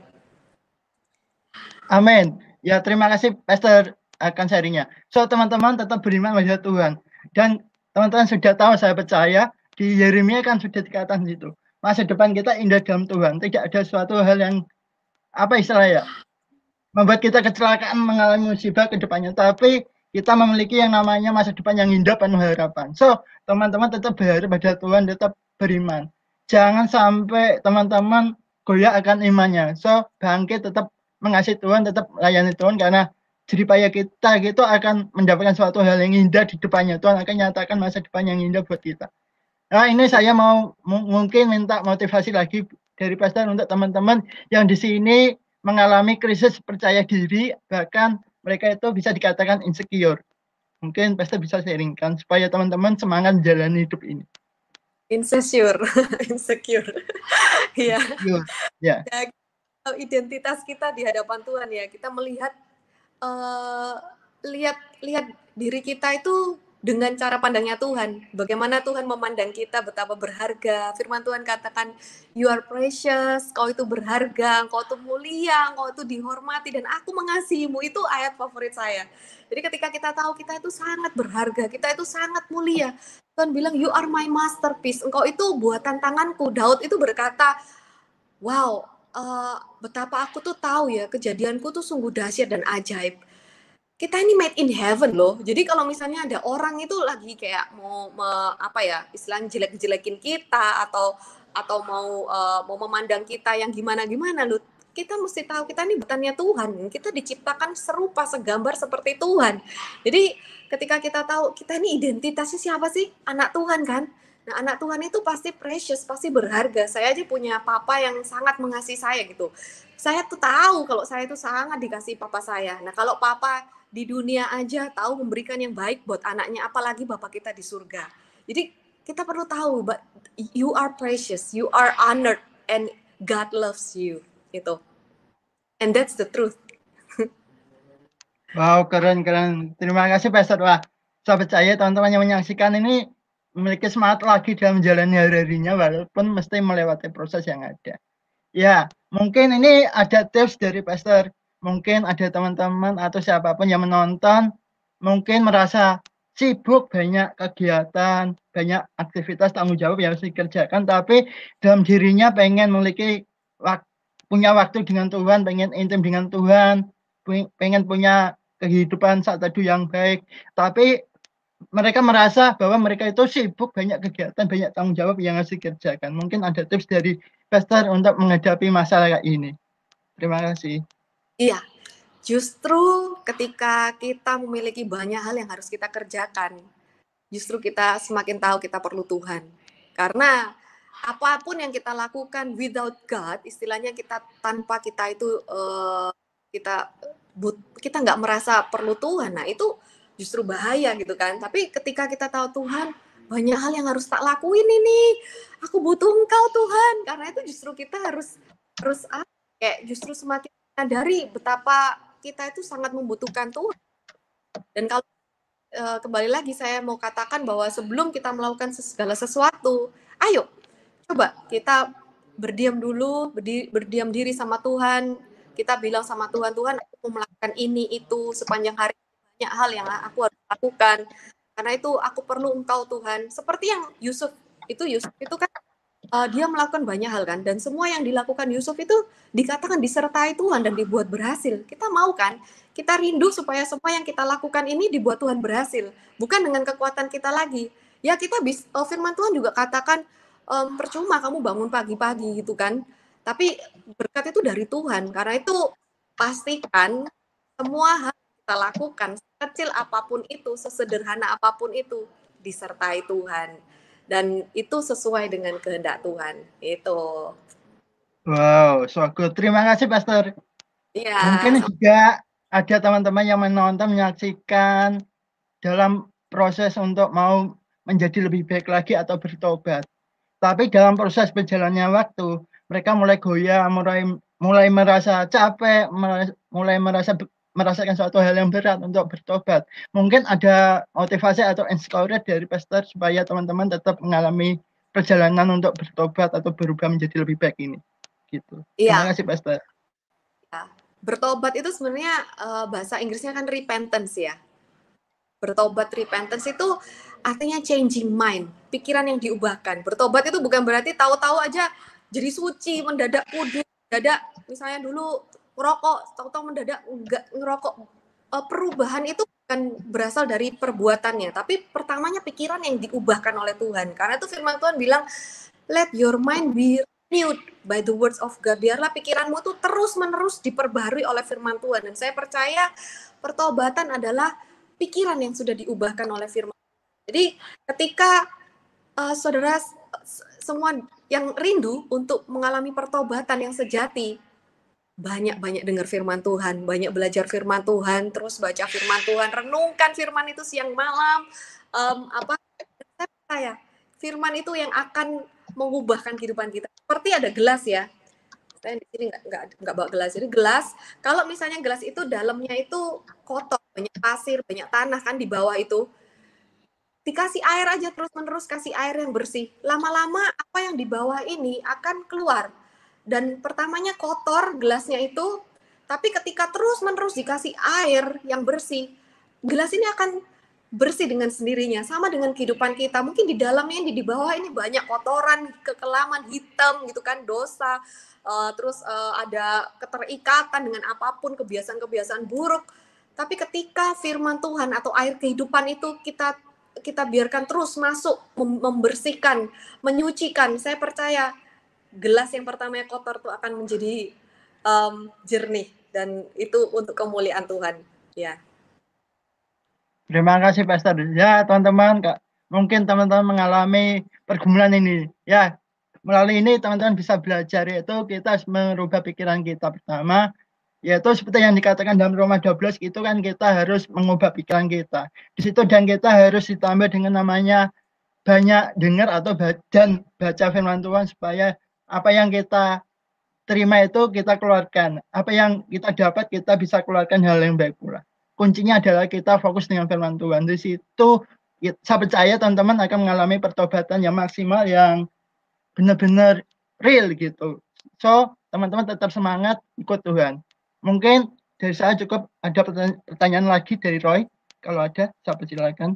Amin. Ya, terima kasih Pastor akan sharingnya. So, teman-teman tetap beriman pada Tuhan. Dan teman-teman sudah tahu, saya percaya, di Yeremia kan sudah dikatakan situ. Masa depan kita indah dalam Tuhan. Tidak ada suatu hal yang, apa istilahnya, membuat kita kecelakaan mengalami musibah ke depannya. Tapi kita memiliki yang namanya masa depan yang indah penuh harapan. So, teman-teman tetap berharap pada Tuhan, tetap beriman. Jangan sampai teman-teman goyah akan imannya. So, bangkit, tetap mengasihi Tuhan, tetap layani Tuhan, karena jeripaya kita gitu akan mendapatkan suatu hal yang indah di depannya. Tuhan akan nyatakan masa depan yang indah buat kita. Nah, ini saya mau mungkin minta motivasi lagi dari Pastor untuk teman-teman yang di sini mengalami krisis percaya diri, bahkan mereka itu bisa dikatakan insecure. Mungkin Pastor bisa sharingkan supaya teman-teman semangat menjalani hidup ini. Insecure, insecure. Iya. Ya. Identitas kita di hadapan Tuhan ya. Kita melihat uh, lihat lihat diri kita itu dengan cara pandangnya Tuhan. Bagaimana Tuhan memandang kita, betapa berharga. Firman Tuhan katakan, you are precious, kau itu berharga, kau itu mulia, kau itu dihormati, dan aku mengasihimu. Itu ayat favorit saya. Jadi ketika kita tahu kita itu sangat berharga, kita itu sangat mulia, Tuhan bilang, you are my masterpiece, engkau itu buatan tanganku. Daud itu berkata, wow, uh, betapa aku tuh tahu ya, kejadianku tuh sungguh dahsyat dan ajaib. Kita ini made in heaven loh. Jadi kalau misalnya ada orang itu lagi kayak mau me, apa ya, istilahnya jelek-jelekin kita atau atau mau uh, mau memandang kita yang gimana-gimana loh. Kita mesti tahu kita ini buatannya Tuhan. Kita diciptakan serupa, segambar seperti Tuhan. Jadi ketika kita tahu kita ini identitasnya siapa sih? Anak Tuhan kan? Nah, anak Tuhan itu pasti precious, pasti berharga. Saya aja punya papa yang sangat mengasihi saya gitu. Saya tuh tahu kalau saya itu sangat dikasihi papa saya. Nah, kalau papa di dunia aja tahu memberikan yang baik buat anaknya, apalagi Bapak kita di surga. Jadi kita perlu tahu, but you are precious, you are honored, and God loves you. Gitu. And that's the truth. Wow, keren-keren. Terima kasih, Pastor. Wah, saya percaya teman-teman yang menyaksikan ini memiliki semangat lagi dalam menjalani hari-harinya, walaupun mesti melewati proses yang ada. Ya, mungkin ini ada tips dari Pastor. Mungkin ada teman-teman atau siapapun yang menonton, mungkin merasa sibuk, banyak kegiatan, banyak aktivitas tanggung jawab yang harus dikerjakan, tapi dalam dirinya pengen memiliki wak- punya waktu dengan Tuhan, pengen intim dengan Tuhan, pengen punya kehidupan saat teduh yang baik, tapi mereka merasa bahwa mereka itu sibuk, banyak kegiatan, banyak tanggung jawab yang harus dikerjakan. Mungkin ada tips dari Pastor untuk menghadapi masalah ini. Terima kasih. Iya, justru ketika kita memiliki banyak hal yang harus kita kerjakan, justru kita semakin tahu kita perlu Tuhan. Karena apapun yang kita lakukan without God, istilahnya kita tanpa kita itu uh, kita but, kita nggak merasa perlu Tuhan. Nah itu justru bahaya gitu kan. Tapi ketika kita tahu Tuhan, banyak hal yang harus tak lakuin ini. Aku butuh Engkau Tuhan. Karena itu justru kita harus harus ah, kayak justru semakin menyadari betapa kita itu sangat membutuhkan Tuhan. Dan kalau e, kembali lagi saya mau katakan bahwa sebelum kita melakukan segala sesuatu, ayo coba kita berdiam dulu, berdi, berdiam diri sama Tuhan. Kita bilang sama Tuhan, Tuhan aku mau melakukan ini itu sepanjang hari, banyak hal yang aku harus lakukan. Karena itu aku perlu Engkau Tuhan. Seperti yang Yusuf itu Yusuf itu kan Uh, dia melakukan banyak hal kan, dan semua yang dilakukan Yusuf itu dikatakan disertai Tuhan dan dibuat berhasil. Kita mau kan, kita rindu supaya semua yang kita lakukan ini dibuat Tuhan berhasil, bukan dengan kekuatan kita lagi. Ya kita bisa, uh, firman Tuhan juga katakan um, percuma kamu bangun pagi-pagi gitu kan, tapi berkat itu dari Tuhan. Karena itu pastikan semua hal yang kita lakukan, sekecil apapun itu, sesederhana apapun itu, disertai Tuhan. Dan itu sesuai dengan kehendak Tuhan. Itu. Wow, so good. Terima kasih, Pastor. Iya. Mungkin juga ada teman-teman yang menonton, menyaksikan dalam proses untuk mau menjadi lebih baik lagi atau bertobat. Tapi dalam proses berjalannya waktu, mereka mulai goyah, mulai mulai merasa capek, mulai merasa merasakan suatu hal yang berat untuk bertobat. Mungkin ada motivasi atau inspirasi dari Pastor supaya teman-teman tetap mengalami perjalanan untuk bertobat atau berubah menjadi lebih baik ini. Gitu. Iya. Terima kasih, Pastor. Ya. Bertobat itu sebenarnya uh, bahasa Inggrisnya kan repentance ya. Bertobat, repentance itu artinya changing mind, pikiran yang diubahkan. Bertobat itu bukan berarti tahu-tahu aja jadi suci, mendadak kudus, mendadak misalnya dulu ngerokok, tahu-tahu mendadak enggak ngerokok. Uh, perubahan itu bukan berasal dari perbuatannya, tapi pertamanya pikiran yang diubahkan oleh Tuhan. Karena itu firman Tuhan bilang, let your mind be renewed by the words of God. Biarlah pikiranmu tuh terus-menerus diperbaharui oleh firman Tuhan. Dan saya percaya pertobatan adalah pikiran yang sudah diubahkan oleh firman Tuhan. Jadi ketika uh, saudara semua yang rindu untuk mengalami pertobatan yang sejati, banyak-banyak dengar firman Tuhan, banyak belajar firman Tuhan, terus baca firman Tuhan, renungkan firman itu siang malam. Um, apa saya percaya firman itu yang akan mengubahkan kehidupan kita. Seperti ada gelas ya, saya di sini nggak nggak nggak bawa gelas. Jadi gelas, kalau misalnya gelas itu dalamnya itu kotor, banyak pasir, banyak tanah kan di bawah itu. dikasih air aja terus-menerus, kasih air yang bersih. Lama-lama apa yang di bawah ini akan keluar. Dan pertamanya kotor gelasnya itu, tapi ketika terus-menerus dikasih air yang bersih, gelas ini akan bersih dengan sendirinya. Sama dengan kehidupan kita. Mungkin di dalamnya, di, di bawah ini banyak kotoran, kekelaman, hitam gitu kan, dosa. Uh, terus uh, ada keterikatan dengan apapun, kebiasaan-kebiasaan buruk. Tapi ketika firman Tuhan atau air kehidupan itu kita kita biarkan terus masuk, membersihkan, menyucikan, saya percaya gelas yang pertama yang kotor tuh akan menjadi um, jernih, dan itu untuk kemuliaan Tuhan. Ya. Terima kasih Pastor. Ya teman-teman, Kak, mungkin teman-teman mengalami pergumulan ini. Ya, melalui ini teman-teman bisa belajar, yaitu kita harus merubah pikiran kita pertama, yaitu seperti yang dikatakan dalam Roma dua belas itu kan, kita harus mengubah pikiran kita. Di situ dan kita harus ditambah dengan namanya banyak dengar atau dan baca firman Tuhan, supaya apa yang kita terima itu kita keluarkan. Apa yang kita dapat kita bisa keluarkan hal yang baik pula. Kuncinya adalah kita fokus dengan firman Tuhan. Di situ saya percaya teman-teman akan mengalami pertobatan yang maksimal, yang benar-benar real gitu. So, teman-teman tetap semangat ikut Tuhan. Mungkin dari saya cukup. Ada pertanyaan lagi dari Roy? Kalau ada, saya persilakan.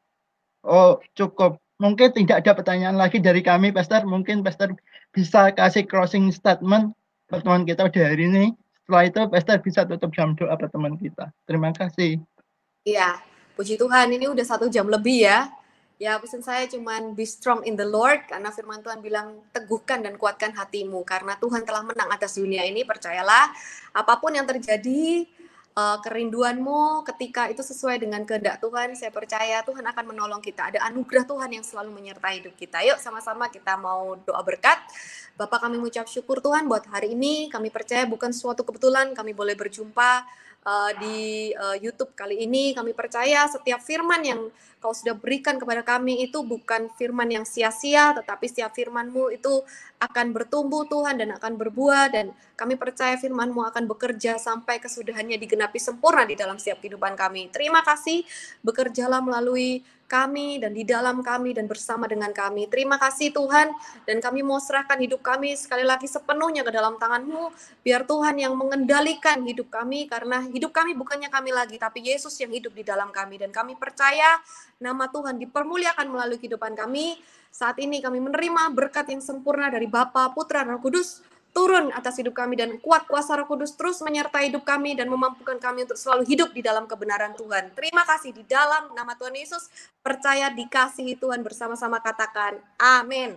Oh, cukup. Mungkin tidak ada pertanyaan lagi dari kami, Pastor. Mungkin Pastor bisa kasih closing statement pertemuan kita pada hari ini. Setelah itu, Pastor bisa tutup jam doa pertemuan kita. Terima kasih. Iya, puji Tuhan, ini udah satu jam lebih ya. Ya, pesan saya cuman be strong in the Lord, karena firman Tuhan bilang teguhkan dan kuatkan hatimu, karena Tuhan telah menang atas dunia ini. Percayalah, apapun yang terjadi, uh, kerinduanmu ketika itu sesuai dengan kehendak Tuhan, saya percaya Tuhan akan menolong kita. Ada anugerah Tuhan yang selalu menyertai hidup kita. Yuk sama-sama kita mau doa berkat. Bapak, kami mengucap syukur Tuhan buat hari ini. Kami percaya bukan suatu kebetulan kami boleh berjumpa uh, di uh, YouTube kali ini. Kami percaya setiap firman yang Kau sudah berikan kepada kami itu bukan firman yang sia-sia, tetapi setiap firman-Mu itu akan bertumbuh Tuhan dan akan berbuah, dan kami percaya firman-Mu akan bekerja sampai kesudahannya digenapi sempurna di dalam setiap kehidupan kami. Terima kasih, bekerjalah melalui kami dan di dalam kami dan bersama dengan kami. Terima kasih Tuhan, dan kami mau serahkan hidup kami sekali lagi sepenuhnya ke dalam tangan-Mu. Biar Tuhan yang mengendalikan hidup kami, karena hidup kami bukannya kami lagi, tapi Yesus yang hidup di dalam kami. Dan kami percaya nama Tuhan dipermuliakan melalui kehidupan kami. Saat ini kami menerima berkat yang sempurna dari Bapa, Putra, dan Roh Kudus turun atas hidup kami, dan kuat kuasa Roh Kudus terus menyertai hidup kami dan memampukan kami untuk selalu hidup di dalam kebenaran Tuhan. Terima kasih di dalam nama Tuhan Yesus. Percaya dikasihi Tuhan, bersama-sama katakan amin.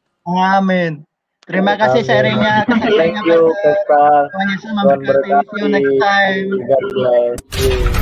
Amin. Terima kasih sharingnya. Thank you, Pastor. Tuhan Yesus memberkati. See you next time. God bless you.